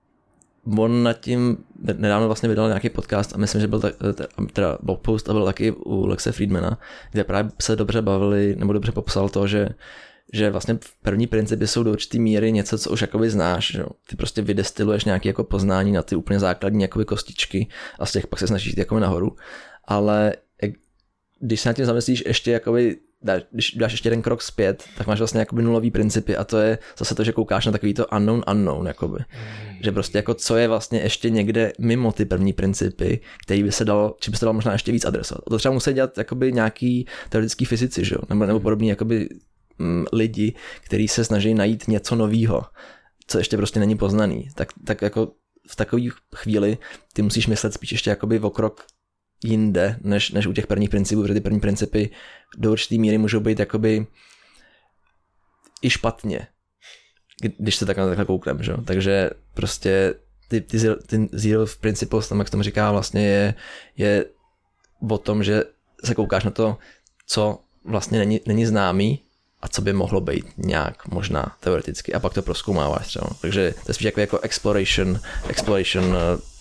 on nad tím nedávno vlastně vydal nějaký podcast a myslím, že byl tak, teda blog post a byl taky u Lexe Friedmana, kde právě se dobře bavili, nebo dobře popsal to, že že vlastně první principy jsou do určitý míry něco, co už jakoby znáš, že? Ty prostě vydestiluješ nějaké jako poznání na ty úplně základní jakoby kostičky a z těch pak se snažíš jít jakoby nahoru, ale když se nad tím zamyslíš ještě jakoby, dáš, když dáš ještě jeden krok zpět, tak máš vlastně jakoby nulový principy a to je zase to, že koukáš na takový to unknown unknown, jakoby. Mm. Že prostě jako co je vlastně ještě někde mimo ty první principy, který by se dalo, či by se dalo možná ještě víc adresovat. A to třeba musí dělat jakoby nějaký teoretický fyzici, že? Nebo, nebo podobný jakoby m, lidi, kteří se snaží najít něco novýho, co ještě prostě není poznaný. Tak, tak jako v takové chvíli ty musíš myslet spíš ještě jakoby o krok jinde, než, než u těch prvních principů, protože ty první principy do určitý míry můžou být jakoby i špatně, když se takhle, takhle kouknem, že? Takže prostě ty, ty, zero, ty zero principles, tam jak tomu říká, vlastně je, je o tom, že se koukáš na to, co vlastně není, není známý a co by mohlo být nějak možná teoreticky a pak to prozkoumáváš třeba. Takže to je spíš jako, jako exploration, exploration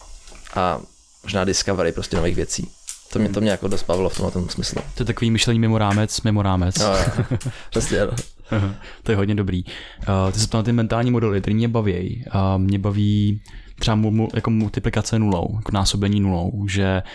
a možná discovery prostě nových věcí. To mě, to mě jako dost bavilo v tomhle tom smyslu. To je takový myšlení mimo rámec, mimo rámec. No, přesně, ano. To je hodně dobrý. Uh, ty se ptal na ty mentální modely, který mě baví. Uh, mě baví třeba mu, jako multiplikace nulou, jako násobení nulou, že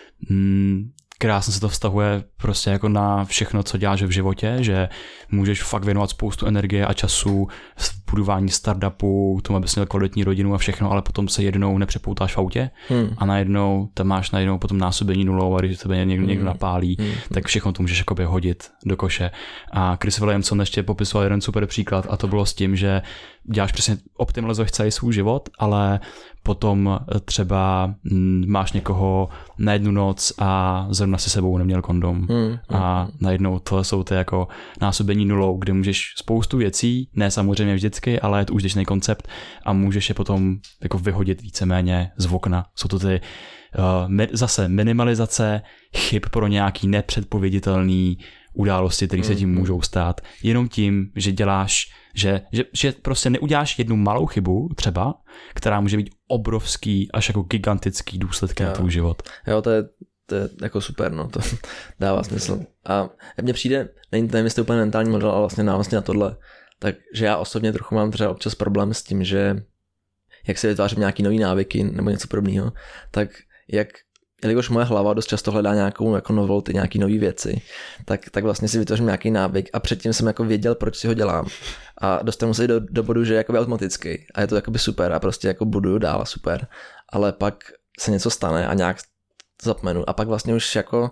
mm, krásně se to vztahuje prostě jako na všechno, co děláš v životě, že můžeš fakt věnovat spoustu energie a času v budování startupu, tomu, abys měl kvalitní rodinu a všechno, ale potom se jednou nepřepoutáš v autě hmm. a najednou tam máš najednou potom násobení nulou a když tebe někdo, někdo napálí, hmm. tak všechno to můžeš jakoby hodit do koše. A Chris Williamson ještě popisoval jeden super příklad a to bylo s tím, že děláš přesně, optimalizuješ celý svůj život, ale potom třeba máš někoho na jednu noc a zrovna si sebou neměl kondom hmm. a najednou to jsou ty jako násobení nulou, kde můžeš spoustu věcí, ne samozřejmě vždycky, ale je to užitečný koncept a můžeš je potom jako vyhodit víceméně z okna. Jsou to ty uh, zase minimalizace chyb pro nějaký nepředpověditelný události, které se tím můžou stát. Jenom tím, že děláš, že, že, že prostě neuděláš jednu malou chybu třeba, která může být obrovský až jako gigantický důsledky jo. na tvůj život. Jo, to je, to je jako super, no, to dává smysl. A mně přijde, není to nevím, jestli úplně mentální model, ale vlastně návazně na tohle, takže já osobně trochu mám třeba občas problém s tím, že jak se vytvářím nějaký nový návyky nebo něco podobného, tak jak jelikož moje hlava dost často hledá nějakou jako novelty, nějaký nový věci, tak, tak vlastně si vytvořím nějaký návyk a předtím jsem jako věděl, proč si ho dělám. A dostanu se do, do bodu, že je jakoby automatický a je to jakoby super a prostě jako buduju dál a super. Ale pak se něco stane a nějak to zapomenu a pak vlastně už jako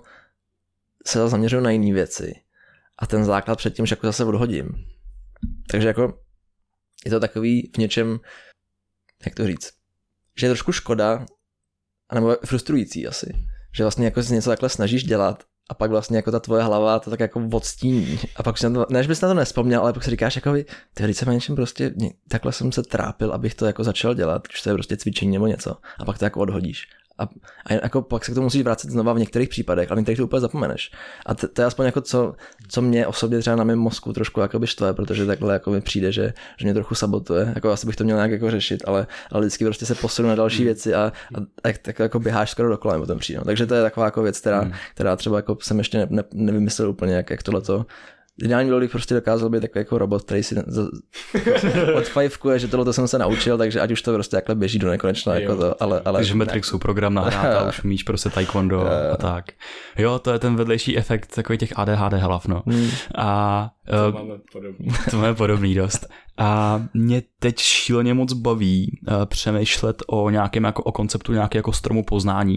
se zaměřuju na jiné věci a ten základ předtím už jako zase odhodím. Takže jako je to takový v něčem, jak to říct, že je trošku škoda, anebo frustrující asi, že vlastně jako si něco takhle snažíš dělat a pak vlastně jako ta tvoje hlava to tak jako odstíní a pak si na to, než bys na to nevzpomněl, ale pak si říkáš jakoby, ty když jsem na něčem prostě, takhle jsem se trápil, abych to jako začal dělat, když to je prostě cvičení nebo něco a pak to jako odhodíš. A, a jako pak se k tomu musíš vracet znova v některých případech, ale v některých to úplně zapomeneš. A to, to je aspoň jako co, co mě osobně třeba na mém mozku trošku jakoby štve, protože takhle jako mi přijde, že, že mě trochu sabotuje. Jako asi bych to měl nějak jako řešit, ale, ale vždycky prostě se posunu na další věci a, a, a tak jako běháš skoro dokola nebo ten přijde. Takže to je taková jako věc, která, která třeba jako jsem ještě ne, ne, nevymyslel úplně, jak, jak tohleto. Ideální bylo, bych prostě dokázal být takový jako robot, který si odfajfkuje, že tohle jsem se naučil, takže ať už to prostě takhle běží do nekonečna, jako to, ale... ale takže v Matrixu program nahrát a už umíš prostě taekwondo a tak. Jo, to je ten vedlejší efekt takových těch A D H D hlav, no. Hmm. A to uh, máme podobný. To máme podobný dost. A mě teď šíleně moc baví uh, přemýšlet o nějakém jako o konceptu nějaké jako stromu poznání,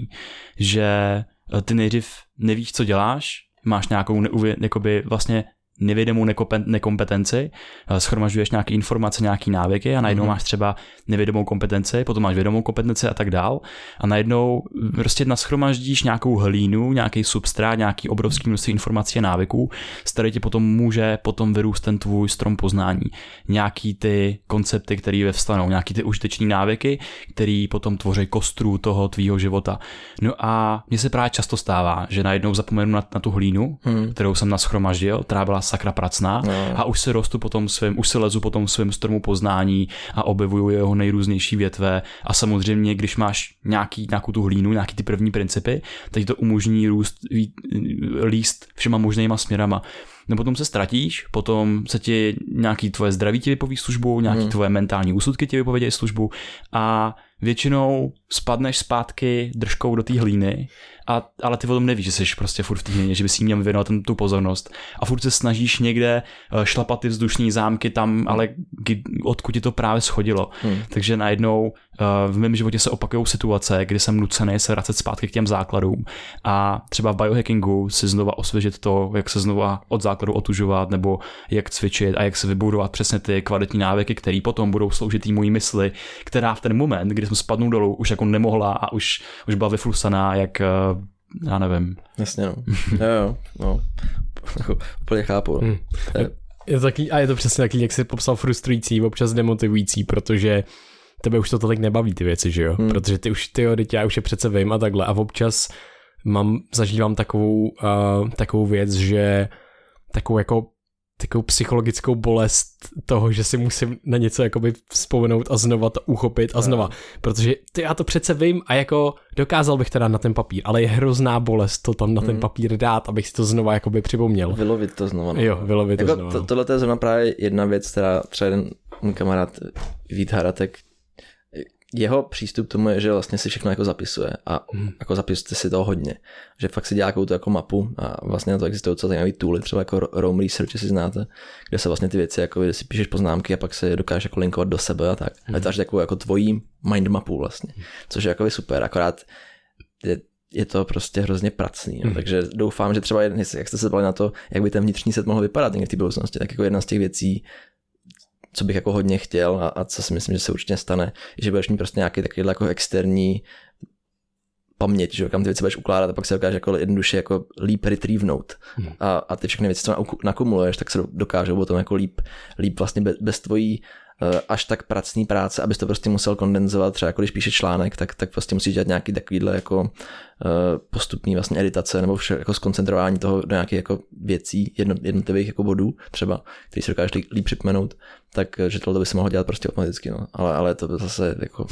že uh, ty nejdřív nevíš, co děláš, máš nějakou neuvě, jakoby vlastně nevědomou nekompetenci, shromažďuješ nějaké informace, nějaké návyky a najednou mm. máš třeba nevědomou kompetenci, potom máš vědomou kompetenci a tak dál a najednou prostě nashromaždíš nějakou hlínu, nějaký substrát, nějaký obrovský množství informací a návyků, z které ti potom může potom vyrůst ten tvůj strom poznání. Nějaký ty koncepty, které vyvstanou, nějaký ty užiteční návyky, které potom tvoří kostru toho tvýho života. No a mně se právě často stává, že najednou zapomenu na, na tu hlínu, mm. kterou jsem nashromaždil, která byla sakra pracná no. a už se rostu potom svým, už se lezu potom svým stromu poznání a objevuju jeho nejrůznější větve a samozřejmě, když máš nějaký, nějakou tu hlínu, nějaký ty první principy, teď to umožní růst, líst všema možnýma směrama. no potom se ztratíš, potom se ti nějaký tvoje zdraví ti vypoví službu, nějaký hmm. tvoje mentální úsudky ti vypovědějí službu a většinou spadneš zpátky držkou do té hlíny, a, ale ty o tom nevíš, že jsi prostě furt v té hlíně, že bys jí měl věnovat ten, tu pozornost a furt se snažíš někde šlapat ty vzdušní zámky tam, ale odkud ti to právě schodilo. Hmm. Takže najednou v mém životě se opakují situace, kdy jsem nucený se vracet zpátky k těm základům a třeba v biohackingu si znova osvěžit to, jak se znova od základu otužovat nebo jak cvičit a jak se vybudovat přesně ty kvalitní návyky, které potom budou sloužit té mojí mysli, která v ten moment, kdy jsem spadnul dolů, už jako nemohla a už, už byla vyflusaná, jak já nevím. Jasně no. jo, jo, no. Úplně chápu. Hmm. Je... je to taky, a je to přesně taky, jak jsi popsal, frustrující, občas demotivující, protože tebe už to tolik nebaví ty věci, že jo? Hmm. Protože ty už, ty jo, já už je přece vím a takhle a občas mám, zažívám takovou, uh, takovou věc, že takovou jako takovou psychologickou bolest toho, že si musím na něco jakoby vzpomenout a znova to uchopit a znova, protože ty já to přece vím a jako dokázal bych teda na ten papír, ale je hrozná bolest to tam na ten papír dát, abych si to znova jakoby připomněl. Vylovit to znova. No. Jo, vylovit jako to znova. To, tohle je zrovna právě jedna věc, která třeba jeden můj kamarád Vít Haratek, jeho přístup k tomu je, že vlastně si všechno jako zapisuje a hmm. jako zapisujete si toho hodně. Že fakt si dělá takovou tu jako mapu a vlastně na to existují celé zajímavé tooly, třeba jako Roam Research, jestli znáte, kde se vlastně ty věci, jako kde si píšeš poznámky a pak se dokážeš jako linkovat do sebe a tak. Hmm. A vytváříš takovou jako tvojí mind mapu vlastně, což je jako super, akorát je, je to prostě hrozně pracný. No. Hmm. Takže doufám, že třeba, jak jste se bavili na to, jak by ten vnitřní set mohl vypadat někdy v té budoucnosti, tak jako jedna z těch věcí, co bych jako hodně chtěl a, a co si myslím, že se určitě stane, že budeš mít prostě nějaký takový jako externí paměť, že kam ty věci budeš ukládat a pak se dokážeš jako jednoduše jako líp retrievenout hmm. a, a ty všechny věci, co nakumuluješ, tak se dokážou potom jako líp, líp vlastně bez, bez tvojí uh, až tak pracný práce, abys to prostě musel kondenzovat, třeba jako když píšeš článek, tak, tak prostě musíš dělat nějaký takovýhle jako uh, postupný vlastně editace nebo vše, jako zkoncentrování toho do nějakých jako věcí, jedno, jednotlivých jako bodů třeba, který si dokážeš líp, líp připomenout, tak že tohle by se mohlo dělat prostě automaticky, no. ale, ale to zase jako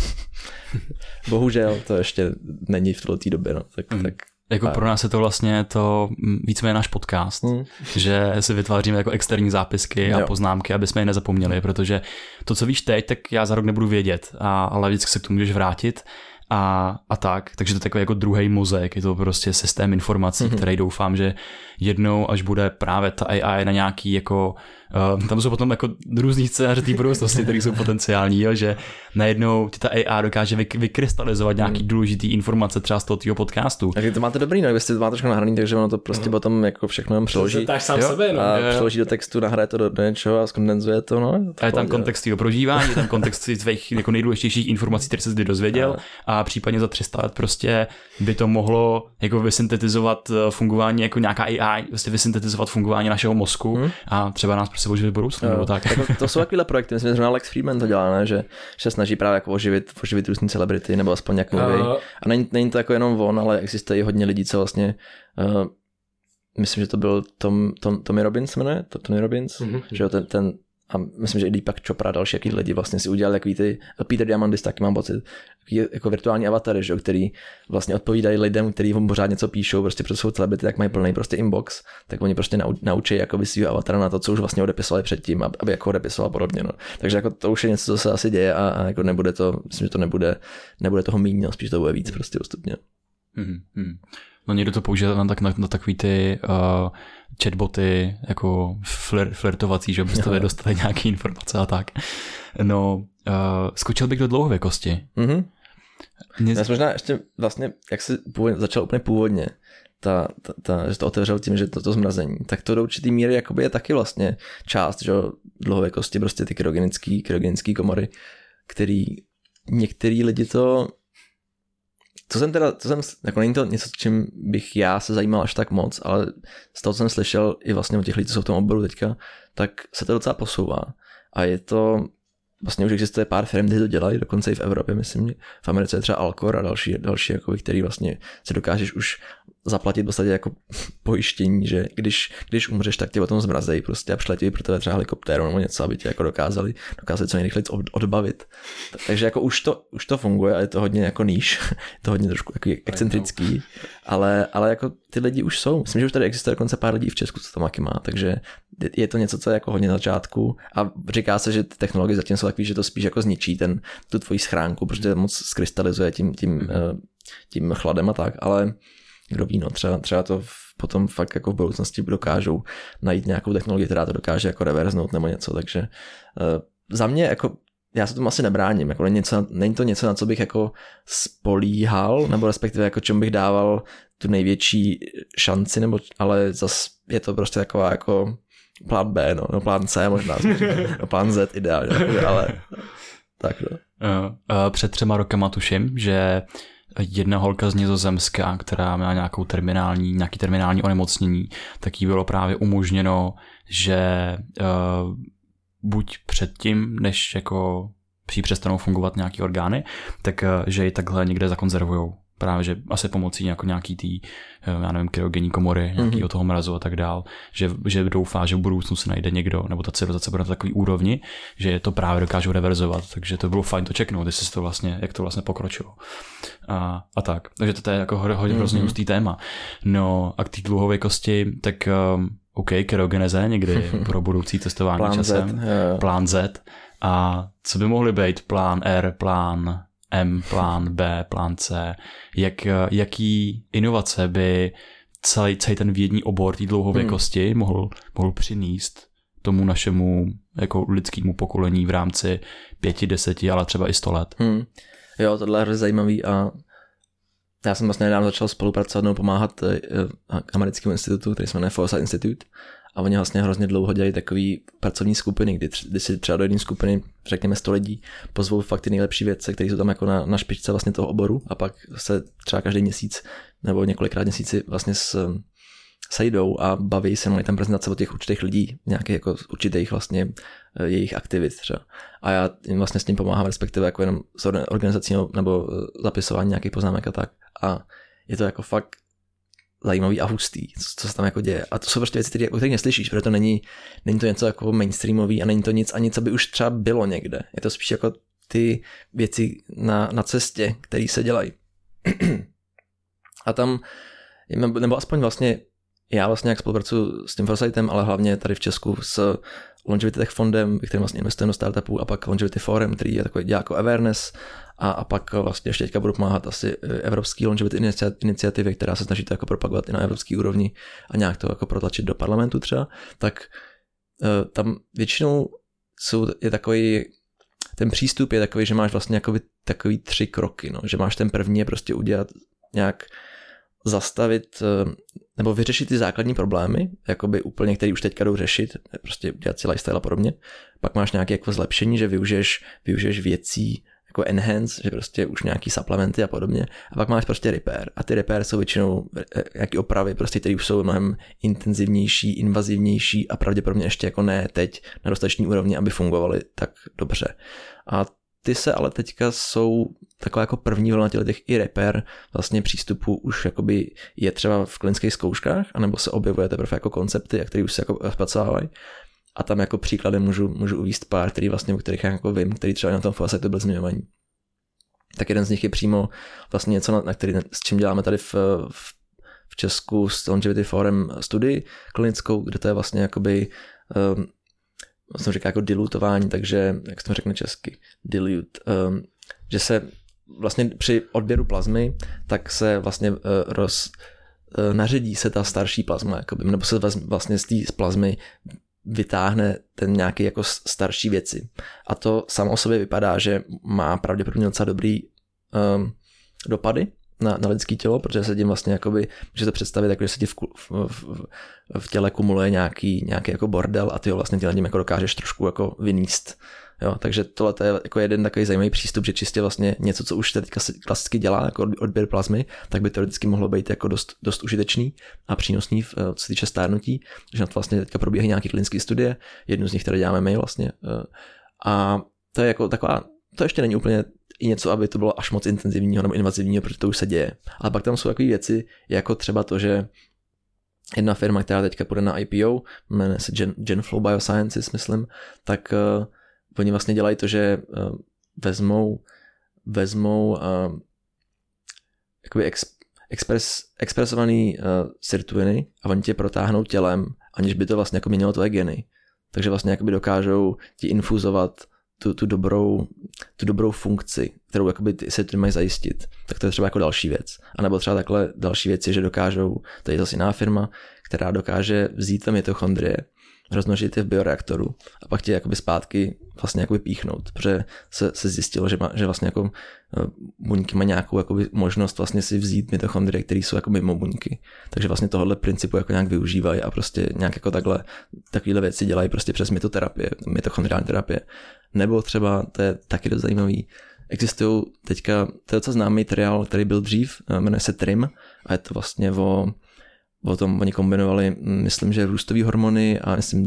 bohužel to ještě není v této době, no. tak, mm. tak Jako pro nás je to vlastně to víceméně náš podcast, mm. že si vytváříme jako externí zápisky a jo. poznámky, aby jsme je nezapomněli, protože to, co víš teď, tak já za rok nebudu vědět, a, ale vždycky se k tomu můžeš vrátit a, a tak, takže to je takový jako druhý mozek, je to prostě systém informací, mm-hmm. který doufám, že jednou, až bude právě ta A I na nějaký jako, uh, tam jsou potom jako různý scénáře té budoucnosti, které jsou potenciální, jo, že najednou ti ta A I dokáže vy, vykrystalizovat nějaký mm. důležitý informace třeba z toho tvýho podcastu. Takže to máte dobrý, no, jestli to máte trošku nahraný, takže ono to prostě mm. potom jako všechno jen přeloží. Tak sám sebe, no. A přeloží do textu, nahraje to do, do něčeho a skondenzuje to, no. A je tam kontext tvýho prožívání, je tam kontext tvých jako nejdůležitějších informací, které jsi zde dozvěděl a případně za tři sta let prostě by to mohlo jako vysyntetizovat fungování jako nějaká A I, prostě vysyntetizovat fungování našeho mozku hmm. a třeba nás prostě oživit v budoucnu. Nebo tak. tak. To jsou takovéhle projekty, myslím, že zrovna Lex Fridman to dělá, ne? Že, že se snaží právě jako oživit, oživit různý celebrity nebo aspoň jak mluví. Uh. A není, není to jako jenom on, ale existuje i hodně lidí, co vlastně uh, myslím, že to byl Tom, Tom, Tommy Robbins, jmenuje? Tony Robbins, mm-hmm. že ten, ten a myslím, že i Deepak Chopra a další jaký lidi vlastně si udělali takový ty, Peter Diamandis taky mám pocit, jako virtuální avatary, že, který vlastně odpovídají lidem, kteří mu pořád něco píšou, prostě protože jsou celebrity, tak mají plný prostě inbox, tak oni prostě nau, naučí jako svýho avatara na to, co už vlastně odepisovali předtím, aby jako odepisoval podobně. No. Takže jako to už je něco, co se asi děje a, a jako nebude to, myslím, že to nebude, nebude toho míň, spíš to bude víc prostě postupně. Mm-hmm. No někdo to použije na, tak, na, na takový ty uh, chatboty jako flir, flirtovací, že abyste dostali nějaké informace a tak. No, uh, skočil bych do dlouhověkosti. Mm-hmm. Mě... Já možná ještě vlastně, jak jsi původně, začal úplně původně, ta, ta, ta, že to otevřel tím, že to, to zmrazení, tak to do určitý míry jakoby je taky vlastně část, že dlouhověkosti, prostě ty kryogenický, kryogenický komory, který některý lidi to To jsem teda, to jsem, jako není to něco, čím bych já se zajímal až tak moc, ale z toho, co jsem slyšel i vlastně od těch lidí, co jsou v tom oboru teďka, tak se to docela posouvá. A je to, vlastně už existuje pár firm, kteří to dělají, dokonce i v Evropě, myslím, v Americe je třeba Alcor a další, další jakoby, který vlastně se dokážeš už zaplatit v podstatě jako pojištění, že když, když umřeš, tak tě o tom zmrazejí prostě a přiletí pro tebe třeba helikoptéru nebo něco, aby tě jako dokázali, dokázali co nejrychleji odbavit. Takže jako už to, už to funguje a je to hodně jako níž, je to hodně trošku jako excentrický, ale, ale jako ty lidi už jsou. Myslím, že už tady existuje dokonce pár lidí v Česku, co to Maky má, takže je to něco, co je jako hodně na začátku a říká se, že ty technologie zatím jsou takový, že to spíš jako zničí ten, tu tvoji schránku, protože moc skrystalizuje tím, tím, tím chladem a tak, ale kdo ví, no, třeba, třeba to v, potom fakt jako v budoucnosti dokážou najít nějakou technologii, která to dokáže jako reverznout nebo něco, takže uh, za mě jako já se tomu asi nebráním, jako není, něco, není to něco, na co bych jako spolíhal, nebo respektive jako čemu bych dával tu největší šanci, nebo, ale zas je to prostě taková jako plán B, no, no plán C možná, no, plán Z ideálně, ale tak no. Uh, uh, před třema rokama tuším, že jedna holka z Nizozemska, která měla nějakou terminální, nějaký terminální onemocnění, tak jí bylo právě umožněno, že uh, buď předtím, než jako při přestanou fungovat nějaký orgány, tak uh, že ji takhle někde zakonzervujou. Právě, že asi pomocí jako nějaký tý, já nevím, kryogenní komory, nějakýho toho mrazu a tak dál, že, že doufá, že v budoucnu se najde někdo, nebo ta civilizace bude na takový úrovni, že to právě dokážou reverzovat, takže to bylo fajn to čeknout, jestli to vlastně, jak to vlastně pokročilo. A, a tak, takže to je jako hodně hrozně mm-hmm. hustý téma. No a k té dlouhověkosti, tak um, OK, kryogeneze někdy pro budoucí testování plán časem, Z, yeah. plán Z, a co by mohly být plán R, plán M, plán B, plán C, jak, jaký inovace by celý, celý ten vědní obor té dlouhověkosti hmm. mohl, mohl přinést tomu našemu jako lidskému pokolení v rámci pěti, deseti, ale třeba i sto let. Hmm. Jo, tohle je zajímavý a já jsem vlastně nedávno začal spolupracovat nebo pomáhat americkému institutu, který se jmenuje Foresight Institute, a oni vlastně hrozně dlouho dělají takový pracovní skupiny, kdy, kdy si třeba do jedné skupiny, řekněme sto lidí, pozvou fakt ty nejlepší vědce, kteří jsou tam jako na, na špičce vlastně toho oboru, a pak se třeba každý měsíc nebo několikrát měsíci vlastně s, sejdou a baví se, mají tam prezentace od těch určitých lidí, nějakých jako určitých vlastně jejich aktivit třeba. A já jim vlastně s tím pomáhám, respektive jako jenom s organizací nebo zapisování nějakých poznámek a tak. A je to jako fakt zajímavý a hustý, co, co se tam jako děje. A to jsou prostě věci, které, o kterých neslyšíš, protože to není, není to něco jako mainstreamový a není to nic ani, co by už třeba bylo někde. Je to spíš jako ty věci na, na cestě, které se dělají. A tam, nebo aspoň vlastně, já vlastně jak spolupracuji s tím Foresightem, ale hlavně tady v Česku s Longevity Tech fondem, kterým vlastně investujeme do startupů, a pak Longevity Forum, který je takový dělá jako awareness, a, a pak vlastně ještě teďka budu pomáhat asi Evropský Longevity iniciativě, která se snaží to jako propagovat i na evropský úrovni a nějak to jako protlačit do parlamentu třeba, tak uh, tam většinou jsou, je takový, ten přístup je takový, že máš vlastně jakoby takový tři kroky, no, že máš ten první je prostě udělat nějak zastavit nebo vyřešit ty základní problémy, jakoby úplně, který už teďka jdou řešit, prostě dělat si lifestyle a podobně. Pak máš nějaké jako zlepšení, že využiješ, využiješ věcí jako enhance, že prostě už nějaký supplementy a podobně. A pak máš prostě repair. A ty repair jsou většinou nějaké opravy, prostě, které už jsou mnohem intenzivnější, invazivnější a pravděpodobně ještě jako ne teď na dostatečný úrovni, aby fungovaly tak dobře. A ty se ale teďka jsou taková jako první vlna těch i repair vlastně přístupu už jakoby je třeba v klinických zkouškách, anebo se objevuje teprve jako koncepty, a které už se jako zpracovávají. A tam jako příklady můžu, můžu uvést pár, který vlastně, o kterých já jako vím, který třeba na tom Foresightu byl zmiňovaný. Tak jeden z nich je přímo vlastně něco, na, na který, s čím děláme tady v, v, v Česku s Longevity Forum studii klinickou, kde to je vlastně jakoby um, jsem říká jako dilutování, takže jak se to řekne česky, dilute, um, že se vlastně při odběru plazmy, tak se vlastně uh, roz, uh, naředí se ta starší plazma, jakoby, nebo se vlastně z té plazmy vytáhne ten nějaký jako starší věci. A to samo o sobě vypadá, že má pravděpodobně docela dobrý um, dopady na, na lidské tělo, protože se tím vlastně jakoby, můžete představit, jako, že se ti v, v, v, v těle kumuluje nějaký, nějaký jako bordel a ty ho vlastně tím jako dokážeš trošku jako vyníst. Jo, takže tohle je jako jeden takový zajímavý přístup, že čistě vlastně něco, co už teďka klasicky dělá jako odběr plazmy, tak by teoreticky mohlo být jako dost, dost užitečný a přínosný, v, co se týče stárnutí, že na to vlastně teďka probíhají nějaké klinické studie, jednu z nich teda děláme my vlastně. A to je jako taková to ještě není úplně i něco, aby to bylo až moc intenzivního nebo invazivního, protože to už se děje. Ale pak tam jsou takové věci, jako třeba to, že jedna firma, která teďka půjde na I P O, jmenuje se Gen, Genflow Biosciences, myslím, tak uh, oni vlastně dělají to, že uh, vezmou, vezmou uh, jakoby ex, expres, expresovaný uh, sirtuiny a oni tě protáhnou tělem, aniž by to vlastně jako měnilo tvoje geny. Takže vlastně jakoby dokážou ti infuzovat tu, tu, dobrou, tu dobrou funkci, kterou jakoby ty sirtuiny mají zajistit. Tak to je třeba jako další věc. A nebo třeba takhle další věci, že dokážou, to je zase jiná firma, která dokáže vzít tam mitochondrie, rozmnožit je v bioreaktoru a pak tě jakoby zpátky vlastně jakoby píchnout, protože se, se zjistilo, že, má, že vlastně jako buňky mají nějakou jakoby možnost vlastně si vzít mitochondrie, které jsou jako mimo buňky. Takže vlastně tohohle principu jako nějak využívají a prostě nějak jako takhle takovéhle věci dělají prostě přes mitoterapie, mitochondriální terapie. Nebo třeba, to je taky dost zajímavý, existují teďka, to je docela známý materiál, který byl dřív, jmenuje se T R I M a je to vlastně o O tom oni kombinovali, myslím, že růstové hormony a myslím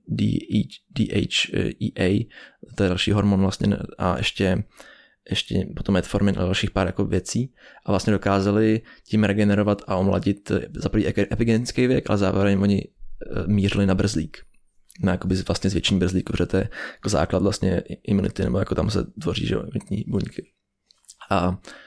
D H E A, to je další hormon vlastně a ještě, ještě potom metformin a dalších pár jako věcí a vlastně dokázali tím regenerovat a omladit za první epigenetický věk, ale zároveň oni mířili na brzlík. Na jakoby vlastně zvětšení brzlíku, protože to je jako základ vlastně imunity, nebo jako tam se tvoří, že imunitní buňky. A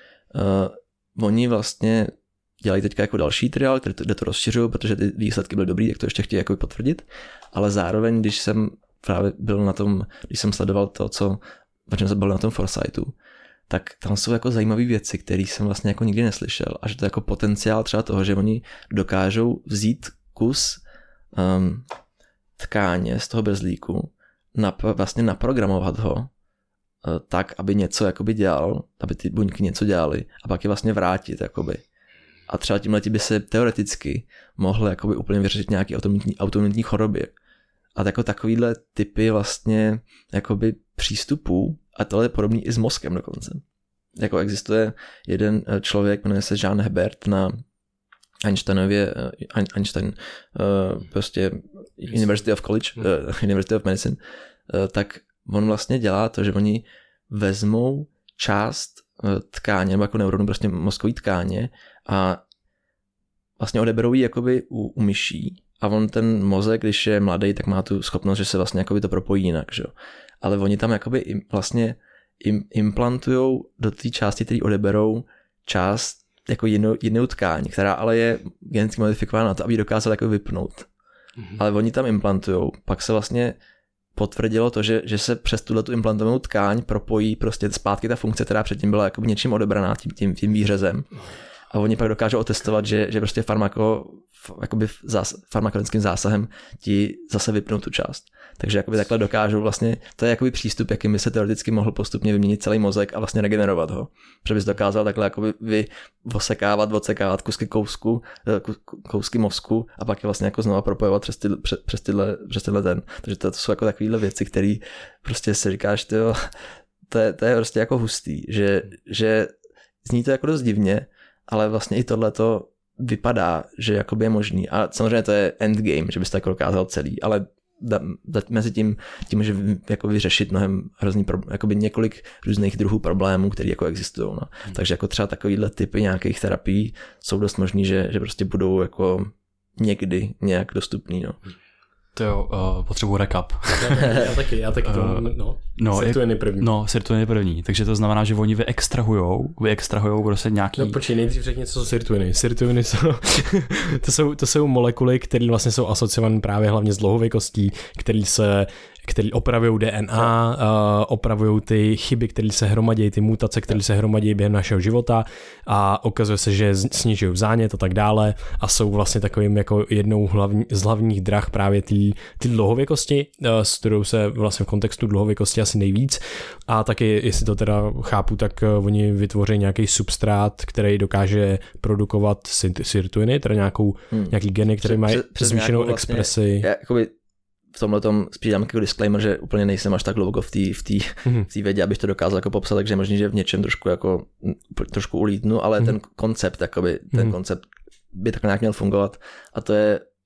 uh, oni vlastně dělají teďka jako další triál, kde to rozšiřují, protože ty výsledky byly dobrý, tak to ještě chtějí jako potvrdit, ale zároveň, když jsem právě byl na tom, když jsem sledoval to, co, o čem jsem byl na tom Foresightu, tak tam jsou jako zajímavé věci, které jsem vlastně jako nikdy neslyšel a že to je jako potenciál třeba toho, že oni dokážou vzít kus um, tkáně z toho brzlíku, nap, vlastně naprogramovat ho uh, tak, aby něco jakoby dělal, aby ty buňky něco dělaly a pak je vlastně vrátit jakoby. A třeba tímhletí by se teoreticky mohly jakoby úplně vyřešit nějaké autoimunitní choroby. A jako takovýhle typy vlastně jakoby přístupů, a tohle je podobný i s mozkem dokonce. Jako existuje jeden člověk, jmenuje se Jean Hebert na Einsteinově, Einstein, uh, prostě University of College, uh, University of Medicine, uh, tak on vlastně dělá to, že oni vezmou část tkáně, nebo jako neuronu, prostě mozkový tkáně a vlastně odeberou ji jakoby u, u myší a on ten mozek, když je mladý, tak má tu schopnost, že se vlastně jakoby to propojí jinak, že? Ale oni tam jakoby im, vlastně im, implantujou do té části, který odeberou část jako jinou, jinou tkáň, která ale je geneticky modifikována na to, aby ji dokázala jako vypnout. Mm-hmm. Ale oni tam implantujou, pak se vlastně potvrdilo to, že, že se přes tuhle tu implantovanou tkáň propojí prostě zpátky ta funkce, která předtím byla jako něčím odebraná tím, tím, tím výřezem. A oni pak dokážou otestovat, že, že prostě farmako, jakoby zás, farmakologickým zásahem ti zase vypnou tu část. Takže jakoby takhle dokážou vlastně, to je jakoby přístup, jakým by se teoreticky mohl postupně vyměnit celý mozek a vlastně regenerovat ho. Protože bys dokázal takhle jakoby vy osekávat, odsekávat kusky kousku, kousky mozku a pak je vlastně jako znova propojovat přes, ty, přes, přes, tyhle, přes tyhle ten. Takže to, to jsou jako takovéhle věci, které prostě si říkáš, tyjo, to, je, to je prostě jako hustý, že, že zní to jako dost divně, ale vlastně i tohleto vypadá, že jakoby je možný. A samozřejmě to je endgame, že bys to jako dokázal celý, ale da, da, mezi tím, tím že jako vyřešit mnohem hrozný, jakoby několik různých druhů problémů, které jako existují. No. Hmm. Takže jako třeba takovýhle typy nějakých terapií jsou dost možný, že, že prostě budou jako někdy nějak dostupný. No. To jo, uh, potřebuji recap. Já taky, já taky to, no. No, sirtuiny první. No, sirtuiny první, takže to znamená, že oni vyextrahujou, vyextrahujou prostě nějaký... No počkej, nejdřív řekni, co jsou sirtuiny. Sirtuiny jsou, to jsou, to jsou molekuly, které vlastně jsou asociované právě hlavně s dlouhověkostí, které se který opravují D N A, uh, opravují ty chyby, které se hromadí, ty mutace, které se hromadí během našeho života a ukazuje se, že snižují zánět a tak dále a jsou vlastně takovým jako jednou hlavní, z hlavních drah právě ty dlouhověkosti, uh, s kterou se vlastně v kontextu dlouhověkosti asi nejvíc a taky, jestli to teda chápu, tak uh, oni vytvoří nějaký substrát, který dokáže produkovat sirtuiny, teda nějakou, hmm. nějaký geny, které mají zvýšenou vlastně, expresi. Jakoby v tomhle tom spíš dám jako disclaimer, že úplně nejsem až tak dlouho v té v té mm-hmm. v té vědě, abych to dokázal jako popsat, takže je možný, že v něčem trošku jako trošku ulítnu, ale mm-hmm. ten koncept, jakoby, ten mm-hmm. koncept by tak nějak měl fungovat a to je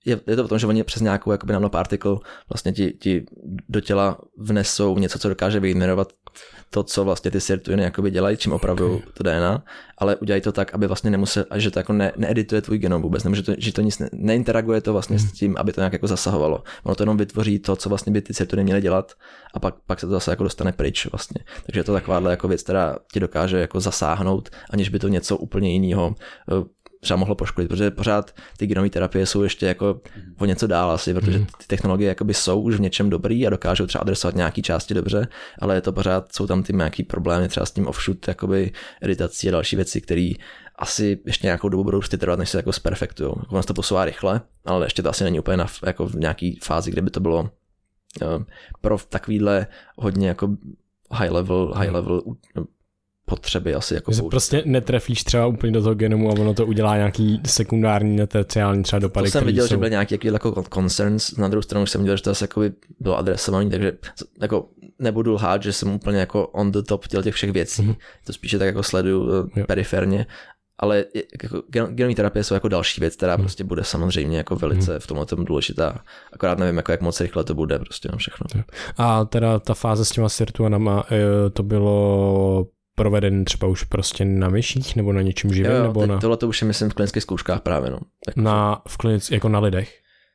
je, je to o tom, že oni přes nějakou jakoby nanoparticle vlastně ti, ti do těla vnesou něco, co dokáže vygenerovat to, co vlastně ty sirtuiny jakoby dělají, čím opravují okay. to D N A, ale udělají to tak, aby vlastně nemusel, že to jako ne, needituje tvůj genom vůbec, nemůže to, že to nic ne, neinteraguje to vlastně mm. s tím, aby to nějak jako zasahovalo. Ono to jenom vytvoří to, co vlastně by ty sirtuiny měly dělat a pak, pak se to zase jako dostane pryč vlastně. Takže je to takováhle jako věc, která ti dokáže jako zasáhnout, aniž by to něco úplně jiného třeba mohlo poškodit, protože pořád ty genové terapie jsou ještě jako o něco dál asi, protože ty technologie jakoby jsou už v něčem dobrý a dokážou třeba adresovat nějaký části dobře, ale je to pořád, jsou tam ty nějaký problémy třeba s tím offshoot jakoby editací a další věci, které asi ještě nějakou dobu budou prostě trvat, než se jako zperfektujou. Ono se to posouvá rychle, ale ještě to asi není úplně na, jako v nějaký fázi, kde by to bylo uh, pro takovýhle hodně jako high level, high level uh, potřeby asi jako použít. Prostě netrefíš třeba úplně do toho genomu a ono to udělá nějaký sekundární, terciální třeba dopady. To jsem viděl, jsou... že byly nějaké jako concerns, na druhou stranu jsem viděl, že to asi bylo adresovaný, takže jako nebudu lhát, že jsem úplně jako on the top těch všech věcí, mm-hmm. to spíše tak jako sleduju jo. periferně, ale jako genové terapie jsou jako další věc, která mm. prostě bude samozřejmě jako velice mm. v tomhle tomu důležitá, akorát nevím, jako jak moc rychle to bude prostě na všechno. A teda ta fáze s těma sirtuanama, to bylo proveden třeba už prostě na myších nebo na něčem živém? Jo, jo, nebo na... tohle to už je myslím v klinických zkouškách právě. No. Tak na, v klinic, jako na lidech?